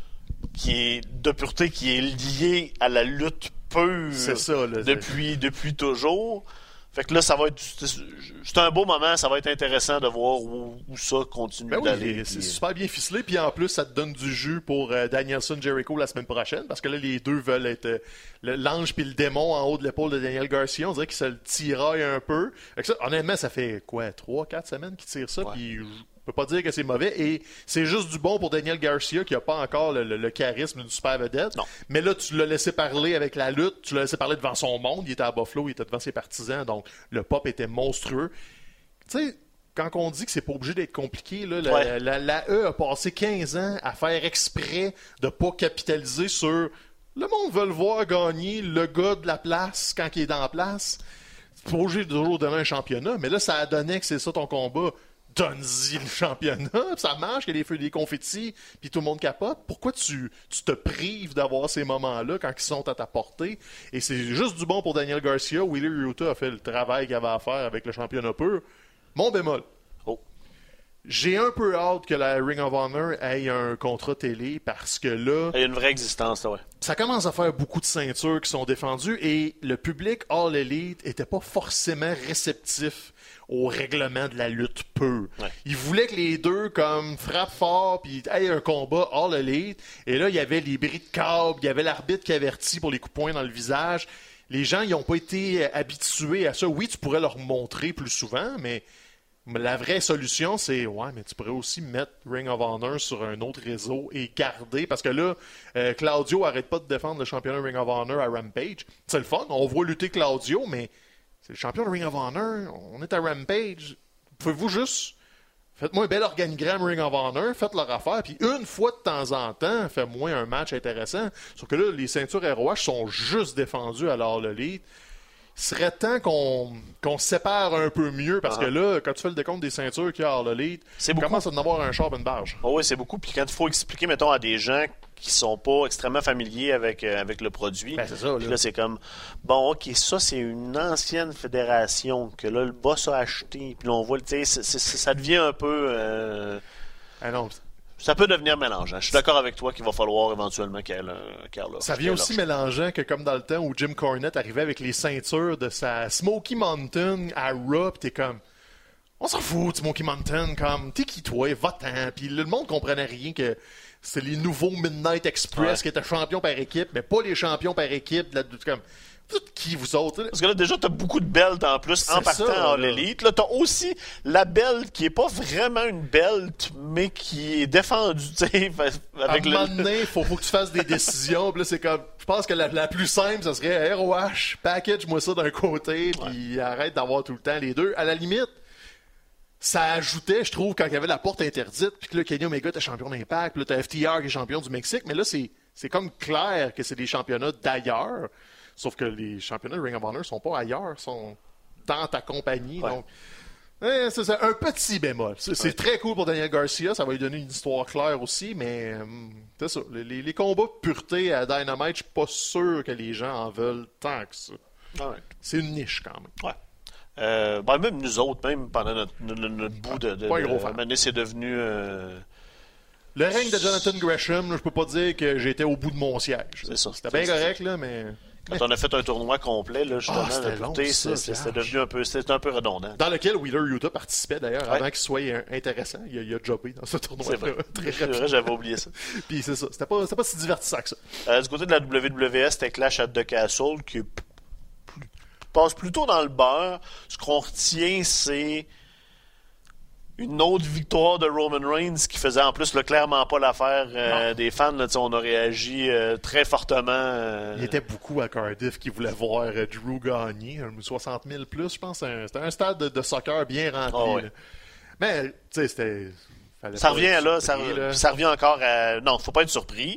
de pureté qui est lié à la lutte pure depuis toujours. Fait que là, ça va être... C'est un beau moment, ça va être intéressant de voir où ça continue d'aller. C'est super bien ficelé, puis en plus, ça te donne du jus pour Danielson Jericho la semaine prochaine, parce que là, les deux veulent être l'ange puis le démon en haut de l'épaule de Daniel Garcia. On dirait qu'ils se le tiraillent un peu. Fait que ça, honnêtement, ça fait quoi, 3-4 semaines qu'ils tirent ça, puis... Je peux pas dire que c'est mauvais. Et c'est juste du bon pour Daniel Garcia qui a pas encore le charisme d'une super vedette. Non. Mais là, tu l'as laissé parler avec la lutte. Tu l'as laissé parler devant son monde. Il était à Buffalo, il était devant ses partisans. Donc, le pop était monstrueux. Tu sais, quand on dit que c'est pas obligé d'être compliqué, là, la E a passé 15 ans à faire exprès de pas capitaliser sur... Le monde veut le voir gagner le gars de la place quand il est dans la place. C'est pas obligé de toujours donner un championnat. Mais là, ça a donné que c'est ça ton combat. Donne-y le championnat, ça marche, qu'il y a des feux, des confettis, puis tout le monde capote. Pourquoi tu te prives d'avoir ces moments-là quand ils sont à ta portée? Et c'est juste du bon pour Daniel Garcia. Wheeler Yuta a fait le travail qu'il avait à faire avec le championnat pur. Mon bémol. J'ai un peu hâte que la Ring of Honor ait un contrat télé parce que là... Il y a une vraie existence, là, ouais. Ça commence à faire beaucoup de ceintures qui sont défendues et le public All Elite était pas forcément réceptif au règlement de la lutte pure. Ouais. Ils voulaient que les deux comme frappent fort puis aient un combat All Elite et là il y avait les bris de câble, il y avait l'arbitre qui avertit pour les coups de poing dans le visage. les gens n'ont pas été habitués à ça. Oui, tu pourrais leur montrer plus souvent, mais la vraie solution, c'est ouais, mais tu pourrais aussi mettre Ring of Honor sur un autre réseau et garder. Parce que là, Claudio arrête pas de défendre le championnat Ring of Honor à Rampage. C'est le fun. On voit lutter Claudio, mais c'est le champion de Ring of Honor. On est à Rampage. Pouvez-vous juste. Faites-moi un bel organigramme Ring of Honor, faites leur affaire, puis une fois de temps en temps, faites-moi un match intéressant. Sauf que là, les ceintures ROH sont juste défendues à l'All Elite. Il serait temps qu'on se sépare un peu mieux, parce que là, quand tu fais le décompte des ceintures qu'il y a à All Elite, tu commences à en avoir un char et une barge. Oh oui, c'est beaucoup. Puis quand il faut expliquer, mettons, à des gens qui sont pas extrêmement familiers avec le produit, c'est ça, là, c'est comme, bon, OK, ça, c'est une ancienne fédération que là, le boss a acheté. Puis là, on voit, tu sais, ça devient un peu... non, ça peut devenir mélangeant. Je suis d'accord avec toi qu'il va falloir éventuellement qu'elle ça vient aussi mélangeant que comme dans le temps où Jim Cornette arrivait avec les ceintures de sa Smoky Mountain à Raw, pis t'es comme... On s'en fout, Smoky Mountain, comme... T'es qui, toi? Va-t'en. Puis le monde comprenait rien que... C'est les nouveaux Midnight Express qui étaient champions par équipe, mais pas les champions par équipe. Là, comme, qui vous autres? Là? Parce que là, déjà, t'as beaucoup de belts en plus en partant en l'élite. Là, t'as aussi la belt qui est pas vraiment une belt, mais qui est défendue, tu sais. Avec un moment donné, faut que tu fasses des décisions. Puis là, c'est comme, je pense que la plus simple, ça serait ROH, package-moi ça d'un côté, puis arrête d'avoir tout le temps les deux. À la limite, ça ajoutait, je trouve, quand il y avait la porte interdite, puis que là, Kenny Omega était champion d'Impact, puis là, t'as FTR qui est champion du Mexique, mais là, c'est comme clair que c'est des championnats d'ailleurs, sauf que les championnats de Ring of Honor sont pas ailleurs, sont dans ta compagnie, donc... c'est un petit bémol. C'est très cool pour Daniel Garcia, ça va lui donner une histoire claire aussi, mais c'est ça, les combats de pureté à Dynamite, je suis pas sûr que les gens en veulent tant que ça. Ouais. C'est une niche, quand même. Ouais. Même nous autres, même pendant notre bout de c'est devenu... Le règne de Jonathan Gresham, là, je peux pas dire que j'étais au bout de mon siège. C'est ça. C'était bien correct, là, mais... Quand on a fait un tournoi complet, là, justement, c'était devenu un peu redondant. Dans lequel Wheeler Yuta participait, d'ailleurs, avant qu'il soit intéressant. Il a jobé dans ce tournoi-là. C'est vrai, j'avais oublié ça. Puis c'est ça. C'était pas si divertissant que ça. Du côté de la WWE, c'était Clash at the Castle, qui passe plutôt dans le beurre. Ce qu'on retient, c'est une autre victoire de Roman Reigns qui faisait en plus clairement pas l'affaire des fans. Là, on a réagi très fortement. Il y était beaucoup à Cardiff qui voulaient voir Drew gagner. 60 000 plus, je pense. C'était un stade de soccer bien rempli. Mais, tu sais, c'était... Ça revient là, ça revient encore à... Non, faut pas être surpris.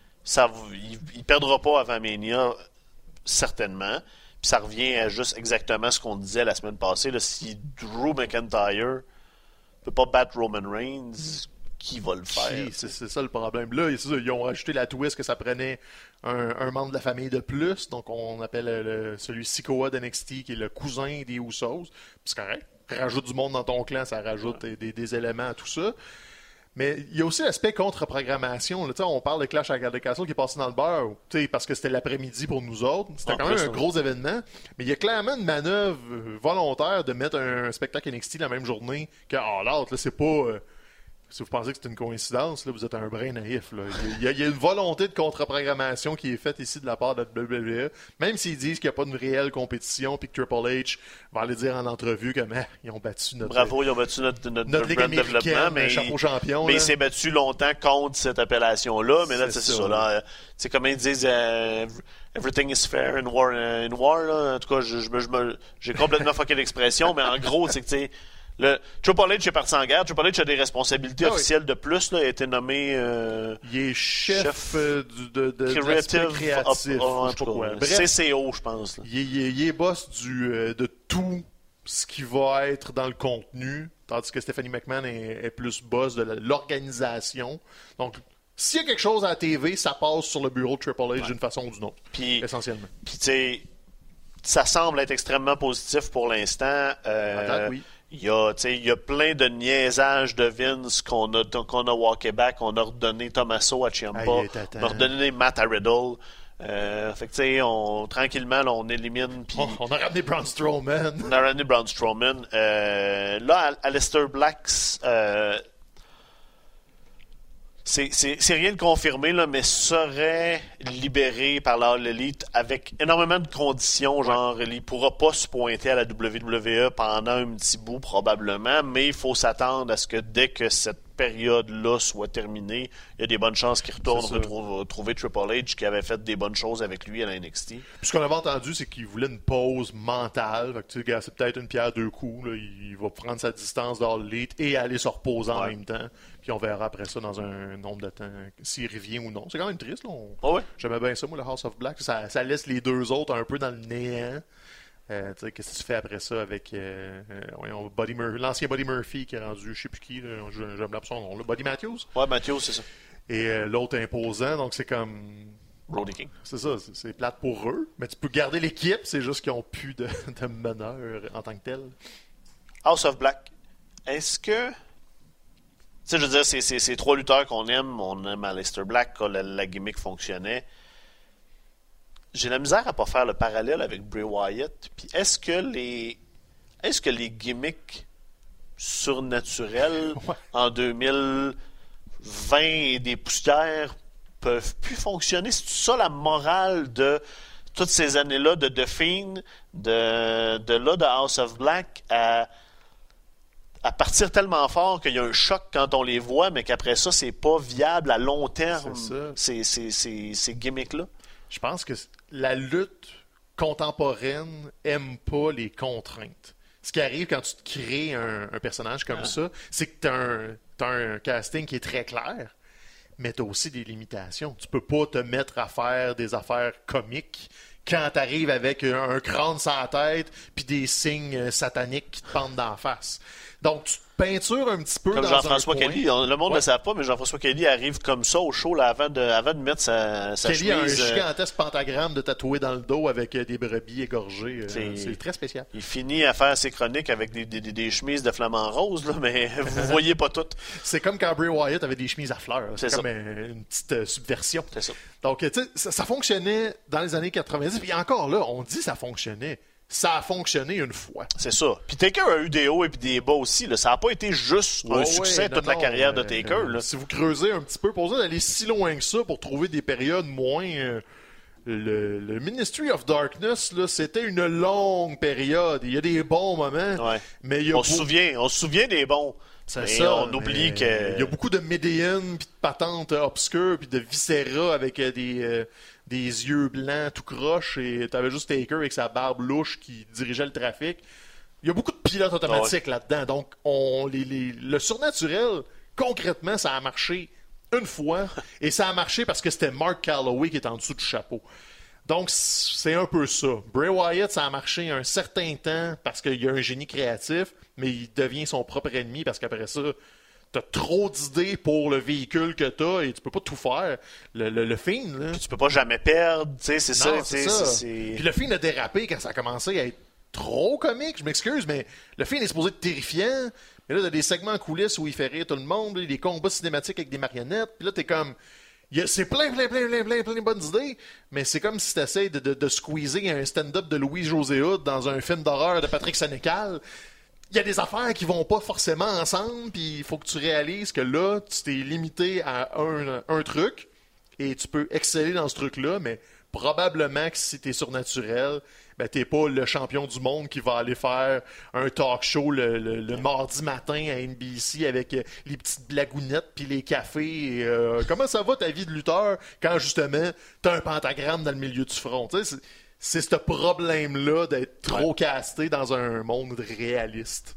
Il perdra pas avant Mania, certainement. Puis ça revient à juste exactement ce qu'on disait la semaine passée. Là, si Drew McIntyre peut pas battre Roman Reigns, qui va le faire? C'est ça le problème. Là, ils ont rajouté la twist que ça prenait un membre de la famille de plus. Donc, on appelle celui Sikoa d'NXT, qui est le cousin des Usos. C'est correct. Rajoute du monde dans ton clan, ça rajoute des éléments à tout ça. Mais il y a aussi l'aspect contre-programmation. Là, on parle de Clash at the Castle qui est passé dans le beurre parce que c'était l'après-midi pour nous autres. C'était quand même un gros événement. Mais il y a clairement une manœuvre volontaire de mettre un spectacle NXT la même journée que All Out. Là, c'est pas... si vous pensez que c'est une coïncidence, là, vous êtes un brin naïf. Là. Il y a une volonté de contre-programmation qui est faite ici de la part de la WWE. Même s'ils disent qu'il n'y a pas de réelle compétition puis que Triple H va aller dire en entrevue que ils ont battu notre... Bravo, ils ont battu notre ligue brand développement, mais chapeau champion. Mais il s'est battu longtemps contre cette appellation-là. Mais là, c'est ça. Là, c'est comme ils disent... Everything is fair in war. Là. En tout cas, j'ai complètement fucké l'expression, mais en gros, c'est que tu sais... Le Triple H est parti en guerre. Triple H a des responsabilités officielles de plus. Là, il a été nommé... il est chef de créatif. Bref, CCO, je pense. Là. Il est boss de tout ce qui va être dans le contenu, tandis que Stephanie McMahon est plus boss de l'organisation. Donc, s'il y a quelque chose à la TV, ça passe sur le bureau de Triple H d'une façon ou d'une autre, essentiellement. Puis, tu sais, ça semble être extrêmement positif pour l'instant. Oui. Il y a plein de niaisages de Vince qu'on a walké back. On a redonné Tommaso à Ciampa. On a redonné Matt à Riddle. Fait que, tu sais, tranquillement, là, on élimine. Pis... on a ramené Braun Strowman. Là, Aleister Black, c'est rien de confirmé, là, mais serait libéré par l'All Elite avec énormément de conditions. Genre, il ne pourra pas se pointer à la WWE pendant un petit bout, probablement, mais il faut s'attendre à ce que dès que cette période-là soit terminée, il y a des bonnes chances qu'il retourne retrouver Triple H qui avait fait des bonnes choses avec lui à la NXT. Puis ce qu'on avait entendu, c'est qu'il voulait une pause mentale. Fait que, tu sais, c'est peut-être une pierre deux coups. Là. Il va prendre sa distance d'All Elite et aller se reposer en même temps. Puis on verra après ça dans un nombre de temps s'il revient ou non. C'est quand même triste. Là. J'aimais bien ça, moi, le House of Black. Ça laisse les deux autres un peu dans le néant. Qu'est-ce que tu fais après ça avec l'ancien Buddy Murphy qui est rendu, je sais plus qui, j'aime son nom, là. Buddy Matthews? Ouais, Matthews, c'est ça. Et l'autre imposant, donc c'est comme... Brody King. C'est ça, c'est plate pour eux, mais tu peux garder l'équipe, c'est juste qu'ils n'ont plus de meneur en tant que tel. House of Black, est-ce que... Tu sais, je veux dire, c'est trois lutteurs qu'on aime. On aime Aleister Black, quand la gimmick fonctionnait. J'ai la misère à pas faire le parallèle avec Bray Wyatt. Puis est-ce que les gimmicks surnaturels en 2020 et des poussières peuvent plus fonctionner? C'est ça la morale de toutes ces années-là de The Fiend, de House of Black à partir tellement fort qu'il y a un choc quand on les voit, mais qu'après ça, c'est pas viable à long terme, ces gimmicks-là? Je pense que la lutte contemporaine aime pas les contraintes. Ce qui arrive quand tu te crées un personnage comme ça, c'est que t'as un casting qui est très clair, mais t'as aussi des limitations. Tu peux pas te mettre à faire des affaires comiques quand t'arrives avec un crâne sans tête puis des signes sataniques qui te pendent d'en face. Donc, tu te peintures un petit peu comme dans Jean-François un coin. Kelly. Le monde ne le savent pas, mais Jean-François Kelly arrive comme ça au show là, avant de mettre sa Kelly chemise. a un gigantesque pentagramme de tatoué dans le dos avec des brebis égorgées. C'est très spécial. Il finit à faire ses chroniques avec des chemises de flamant rose, là, mais vous voyez pas toutes. C'est comme quand Bray Wyatt avait des chemises à fleurs. C'est comme ça. Une petite subversion. C'est ça. Donc, tu sais, ça fonctionnait dans les années 90. Puis encore là, on dit ça fonctionnait. Ça a fonctionné une fois. C'est ça. Puis Taker a eu des hauts et puis des bas aussi. Là. Ça n'a pas été juste un succès toute la carrière de Taker. Là. Si vous creusez un petit peu, pas besoin d'aller si loin que ça pour trouver des périodes moins... Le Ministry of Darkness, là, c'était une longue période. Il y a des bons moments. Ouais. Mais il y a on se souvient des bons. C'est ça. On oublie que... Il y a beaucoup de Médéine, puis de patentes obscures, puis de Viscera avec des yeux blancs tout croche, et t'avais juste Taker avec sa barbe louche qui dirigeait le trafic. Il y a beaucoup de pilotes automatiques là-dedans. Donc, le surnaturel, concrètement, ça a marché une fois, et ça a marché parce que c'était Mark Calloway qui est en dessous du chapeau. Donc, c'est un peu ça. Bray Wyatt, ça a marché un certain temps parce qu'il y a un génie créatif, mais il devient son propre ennemi parce qu'après ça, t'as trop d'idées pour le véhicule que t'as et tu peux pas tout faire. Le Fiend, là... Puis tu peux pas jamais perdre, tu sais, c'est ça. Puis le Fiend a dérapé quand ça a commencé à être trop comique, je m'excuse, mais le Fiend est supposé être terrifiant. Mais là, t'as des segments en coulisses où il fait rire tout le monde, des combats cinématiques avec des marionnettes, puis là, t'es comme... C'est plein de bonnes idées, mais c'est comme si tu essaies de squeezer un stand-up de Louis-José Hood dans un film d'horreur de Patrick Sénécal. Il y a des affaires qui vont pas forcément ensemble, puis il faut que tu réalises que là, tu t'es limité à un truc, et tu peux exceller dans ce truc-là, mais probablement que si t'es surnaturel, ben t'es pas le champion du monde qui va aller faire un talk show le mardi matin à NBC avec les petites blagounettes puis les cafés. Et, comment ça va ta vie de lutteur quand justement t'as un pentagramme dans le milieu du front? Tu sais, c'est ce problème-là d'être trop casté dans un monde réaliste.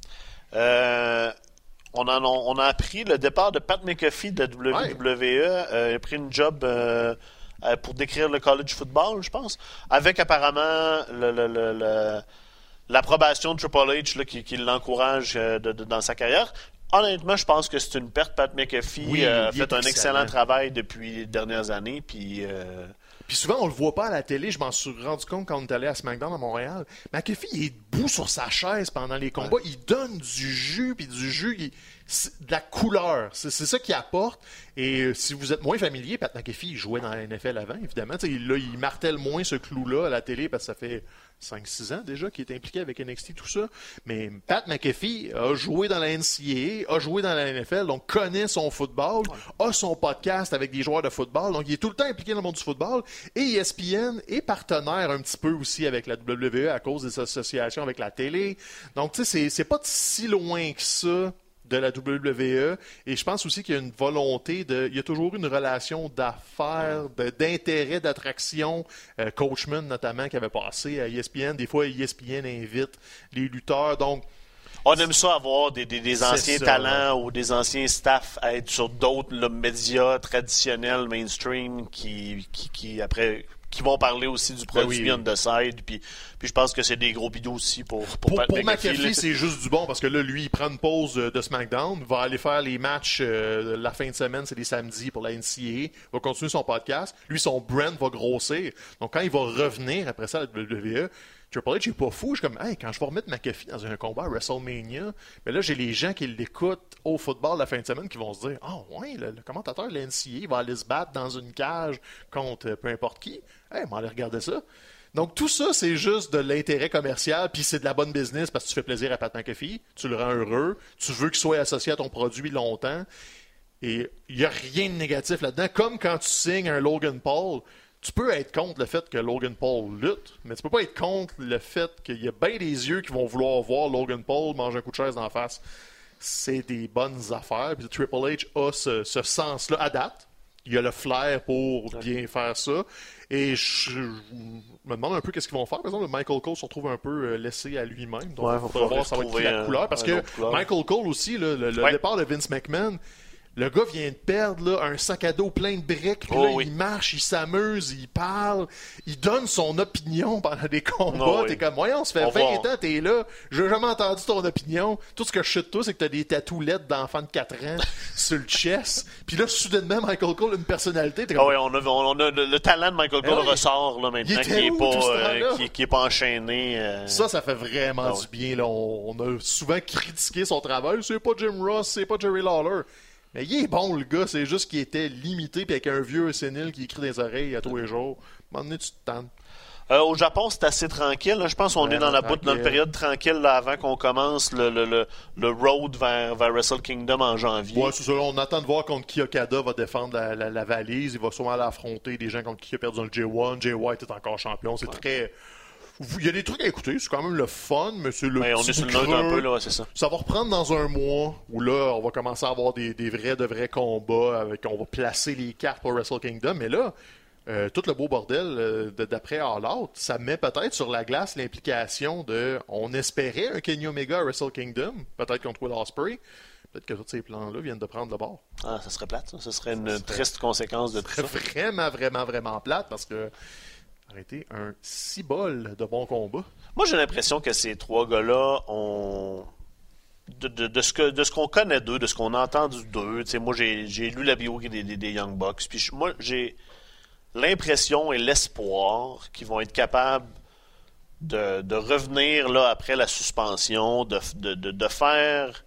On a appris le départ de Pat McAfee de WWE. Il a pris une job... pour décrire le college football, je pense, avec apparemment l'approbation de Triple H là, qui l'encourage dans sa carrière. Honnêtement, je pense que c'est une perte. Pat McAfee a fait un excellent travail depuis les dernières années. Puis souvent, on le voit pas à la télé. Je m'en suis rendu compte quand on est allé à SmackDown à Montréal. McAfee, il est debout sur sa chaise pendant les combats. Ouais. Il donne du jus, puis du jus... de la couleur, c'est ça qu'il apporte. Et si vous êtes moins familier, Pat McAfee il jouait dans la NFL avant, évidemment. Là, il martèle moins ce clou-là à la télé parce que ça fait 5-6 ans déjà qu'il est impliqué avec NXT, tout ça. Mais Pat McAfee a joué dans la NCAA, a joué dans la NFL, donc connaît son football, a son podcast avec des joueurs de football, donc il est tout le temps impliqué dans le monde du football. Et ESPN est partenaire un petit peu aussi avec la WWE à cause des associations avec la télé. Donc, tu sais, c'est pas si loin que ça de la WWE, et je pense aussi qu'il y a une volonté il y a toujours une relation d'affaires, d'intérêt, d'attraction. Coachman, notamment, qui avait passé à ESPN. Des fois, ESPN invite les lutteurs, donc on aime ça avoir des anciens talents ou des anciens staffs à être sur d'autres médias traditionnels, mainstream, qui après... qui vont parler aussi du produit on the side, puis je pense que c'est des gros bidous aussi pour McAfee, c'est juste du bon, parce que là, lui, il prend une pause de SmackDown, va aller faire les matchs la fin de semaine, c'est les samedis pour la NCAA, va continuer son podcast, lui, son brand va grossir, donc quand il va revenir après ça à la WWE, Triple H, il est pas fou. Je suis comme, hey, quand je vais remettre McAfee dans un combat à WrestleMania, mais là, j'ai les gens qui l'écoutent au football la fin de semaine qui vont se dire, ouais, le commentateur de la NCAA va aller se battre dans une cage contre peu importe qui. Hey, on va aller regarder ça. Donc, tout ça, c'est juste de l'intérêt commercial, puis c'est de la bonne business parce que tu fais plaisir à Pat McAfee, tu le rends heureux, tu veux qu'il soit associé à ton produit longtemps, et il n'y a rien de négatif là-dedans. Comme quand tu signes un Logan Paul, tu peux être contre le fait que Logan Paul lutte, mais tu peux pas être contre le fait qu'il y a bien des yeux qui vont vouloir voir Logan Paul manger un coup de chaise d'en face. C'est des bonnes affaires. Puis Triple H a ce sens-là à date. Il a le flair pour bien faire ça. Et je me demande un peu qu'est-ce qu'ils vont faire. Par exemple, Michael Cole se retrouve un peu laissé à lui-même. Donc, il faudra voir ça va être qui la couleur. Parce que Michael Cole aussi, le départ de Vince McMahon, le gars vient de perdre là, un sac à dos plein de briques, puis il marche, il s'amuse, il parle, il donne son opinion pendant des combats. T'es comme, voyons, ça fait 20 ans, t'es là, j'ai jamais entendu ton opinion. Tout ce que je sais de toi, c'est que t'as des tatouettes d'enfants de 4 ans sur le chest. Puis là, soudainement, Michael Cole a une personnalité. Comme... on a le talent de Michael Cole ressort là, maintenant, qui est pas enchaîné. Ça fait vraiment du bien. Là. On a souvent critiqué son travail. C'est pas Jim Ross, c'est pas Jerry Lawler. Mais il est bon, le gars. C'est juste qu'il était limité puis avec un vieux sénile qui écrit dans les oreilles à tous les jours. À un moment donné, tu te tannes. Au Japon, c'est assez tranquille. Là. Je pense qu'on est dans la période tranquille là, avant qu'on commence le road vers Wrestle Kingdom en janvier. Ouais, c'est ça. On attend de voir contre qui Okada va défendre la valise. Il va sûrement aller affronter des gens contre qui il a perdu dans le J1. Jay White est encore champion. C'est très... Il y a des trucs à écouter, c'est quand même le fun, mais c'est le on est sur le note un peu, là, c'est ça. Ça va reprendre dans un mois, où là, on va commencer à avoir des vrais combats, on va placer les cartes pour Wrestle Kingdom, mais là, tout le beau bordel d'après All Out, ça met peut-être sur la glace l'implication de... On espérait un Kenny Omega à Wrestle Kingdom, peut-être contre Will Ospreay. Peut-être que tous ces plans-là viennent de prendre le bord. Ah, ça serait plate, ça. Ça serait une triste conséquence de tout ça. Vraiment plate, parce que arrêter un cibole de bon combat. Moi, j'ai l'impression que ces trois gars-là ont... De ce qu'on connaît d'eux, de ce qu'on a entendu d'eux, moi, j'ai lu la bio des Young Bucks, puis moi, j'ai l'impression et l'espoir qu'ils vont être capables de revenir là, après la suspension, de faire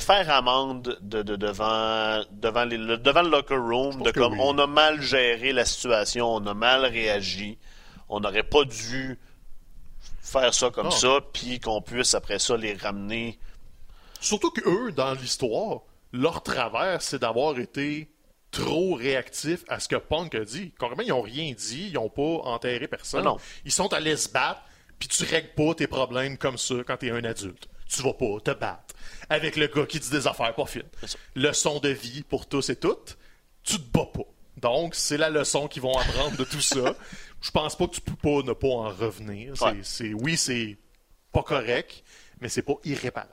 amende devant le locker room, comme on a mal géré la situation, on a mal réagi. On n'aurait pas dû faire ça comme ça, puis qu'on puisse après ça les ramener. Surtout qu'eux, dans l'histoire, leur travers, c'est d'avoir été trop réactifs à ce que Punk a dit. Concrètement, ils n'ont rien dit, ils n'ont pas enterré personne. Non. Ils sont allés se battre, puis tu règles pas tes problèmes comme ça quand tu es un adulte. Tu vas pas te battre avec le gars qui dit des affaires pas fines. Leçon de vie pour tous et toutes, tu te bats pas. Donc, c'est la leçon qu'ils vont apprendre de tout ça. Je pense pas que tu peux pas ne pas en revenir. Oui, c'est pas correct, mais c'est pas irréparable.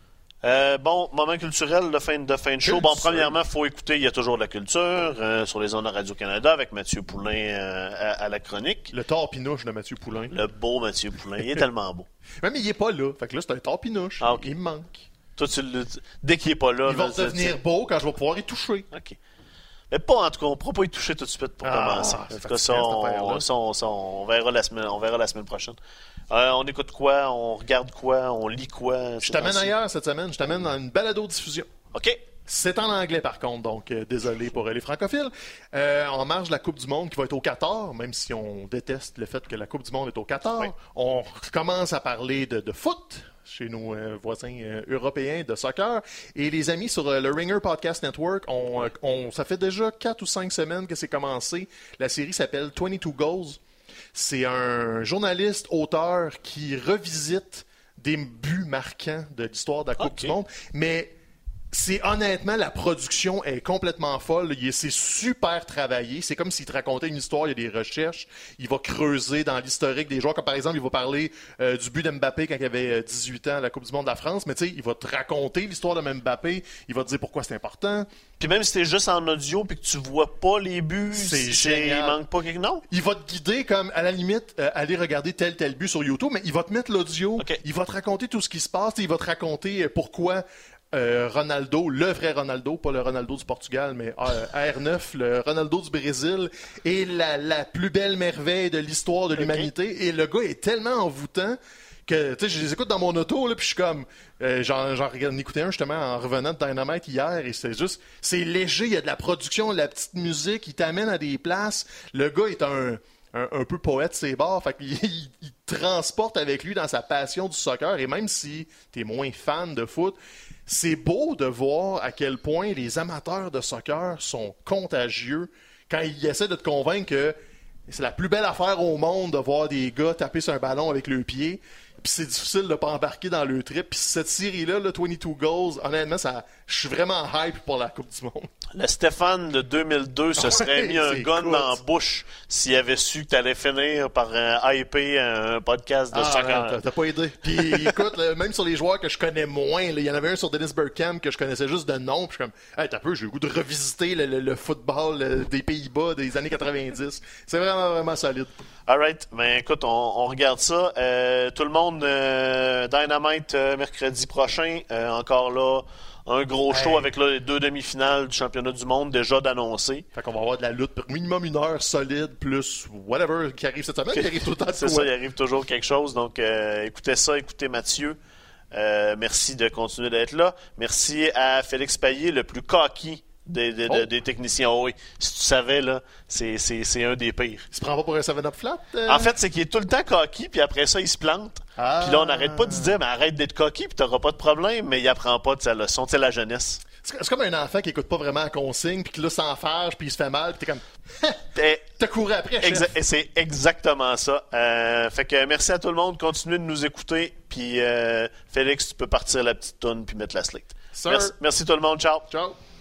Bon, moment culturel de fin de show. Bon, premièrement, il faut écouter Il y a toujours de la culture sur les ondes de Radio-Canada avec Mathieu Poulain à la chronique. Le torpinouche de Mathieu Poulain. Le beau Mathieu Poulain. Il est tellement beau. Même il est pas là. Fait que là, c'est un torpinouche. Ah, okay. Il me manque. Toi, dès qu'il est pas là... Il va devenir beau quand je vais pouvoir y toucher. OK. Mais pas, en tout cas, on ne pourra pas y toucher tout de suite pour commencer. En tout cas, ça, on verra la semaine prochaine. On écoute quoi? On regarde quoi? On lit quoi? Je t'amène ailleurs cette semaine. Je t'amène dans une balado-diffusion. OK. C'est en anglais, par contre, donc désolé pour les francophiles. En marge de la Coupe du Monde qui va être au Qatar, même si on déteste le fait que la Coupe du Monde est au Qatar, Oui. on commence à parler de foot chez nos voisins européens de soccer. Et les amis sur le Ringer Podcast Network, ça fait déjà 4 ou 5 semaines que c'est commencé. La série s'appelle 22 Goals. C'est un journaliste, auteur qui revisite des buts marquants de l'histoire de la Coupe du Monde, mais c'est honnêtement, la production est complètement folle. C'est super travaillé. C'est comme s'il te racontait une histoire, il y a des recherches. Il va creuser dans l'historique des joueurs. Comme par exemple, il va parler du but d'Mbappé quand il avait 18 ans à la Coupe du Monde de la France. Mais tu sais, il va te raconter l'histoire de Mbappé. Il va te dire pourquoi c'est important. Puis même si t'es juste en audio puis que tu vois pas les buts, il manque pas quelque chose. Non? Il va te guider comme, à la limite, aller regarder tel but sur YouTube, mais il va te mettre l'audio. Okay. Il va te raconter tout ce qui se passe. Il va te raconter pourquoi Ronaldo, le vrai Ronaldo, pas le Ronaldo du Portugal, mais R9, le Ronaldo du Brésil, est la plus belle merveille de l'histoire de l'humanité. Et le gars est tellement envoûtant que, tu sais, je les écoute dans mon auto, là, puis je suis comme, j'en écoutais un justement en revenant de Dynamite hier, et c'est léger, il y a de la production, de la petite musique, il t'amène à des places. Le gars est un peu poète ses bords, fait qu'il il transporte avec lui dans sa passion du soccer, et même si t'es moins fan de foot, c'est beau de voir à quel point les amateurs de soccer sont contagieux quand ils essaient de te convaincre que c'est la plus belle affaire au monde de voir des gars taper sur un ballon avec le pied. Puis c'est difficile de ne pas embarquer dans le trip. Puis cette série-là, le 22 Goals, honnêtement, je suis vraiment hype pour la Coupe du Monde. Le Stéphane de 2002 se serait mis un gun dans la bouche s'il avait su que tu allais finir par hyper un podcast de soccer. Non, t'as pas aidé. Puis écoute, même sur les joueurs que je connais moins, il y en avait un sur Dennis Bergkamp que je connaissais juste de nom. Puis je suis comme, hey, t'as peu, j'ai le goût de revisiter le football des Pays-Bas des années 90. C'est vraiment, vraiment solide. Alright, ben écoute, on regarde ça. Tout le monde, Dynamite mercredi prochain, encore là, un gros show avec là, les 2 demi-finales du championnat du monde déjà d'annoncer. Fait qu'on va avoir de la lutte pour minimum 1 heure solide, plus whatever qui arrive cette semaine, qui arrive tout le temps. C'est ça, il arrive toujours quelque chose. Donc écoutez ça, écoutez Mathieu. Merci de continuer d'être là. Merci à Félix Payet, le plus cocky des techniciens. Oh oui, si tu savais, là, c'est un des pires. Il se prend pas pour un 7-up flat? En fait, c'est qu'il est tout le temps cocky, puis après ça, il se plante. Puis là, on n'arrête pas de se dire, mais arrête d'être cocky, puis t'auras pas de problème, mais il apprend pas de sa leçon. C'est la jeunesse. C'est comme un enfant qui écoute pas vraiment la consigne, puis qui là s'enfarge, puis il se fait mal, puis t'es comme, t'as couru après, chef. Et c'est exactement ça. Fait que merci à tout le monde. Continuez de nous écouter. Puis Félix, tu peux partir la petite toune puis mettre la slate. Merci tout le monde. Ciao. Ciao.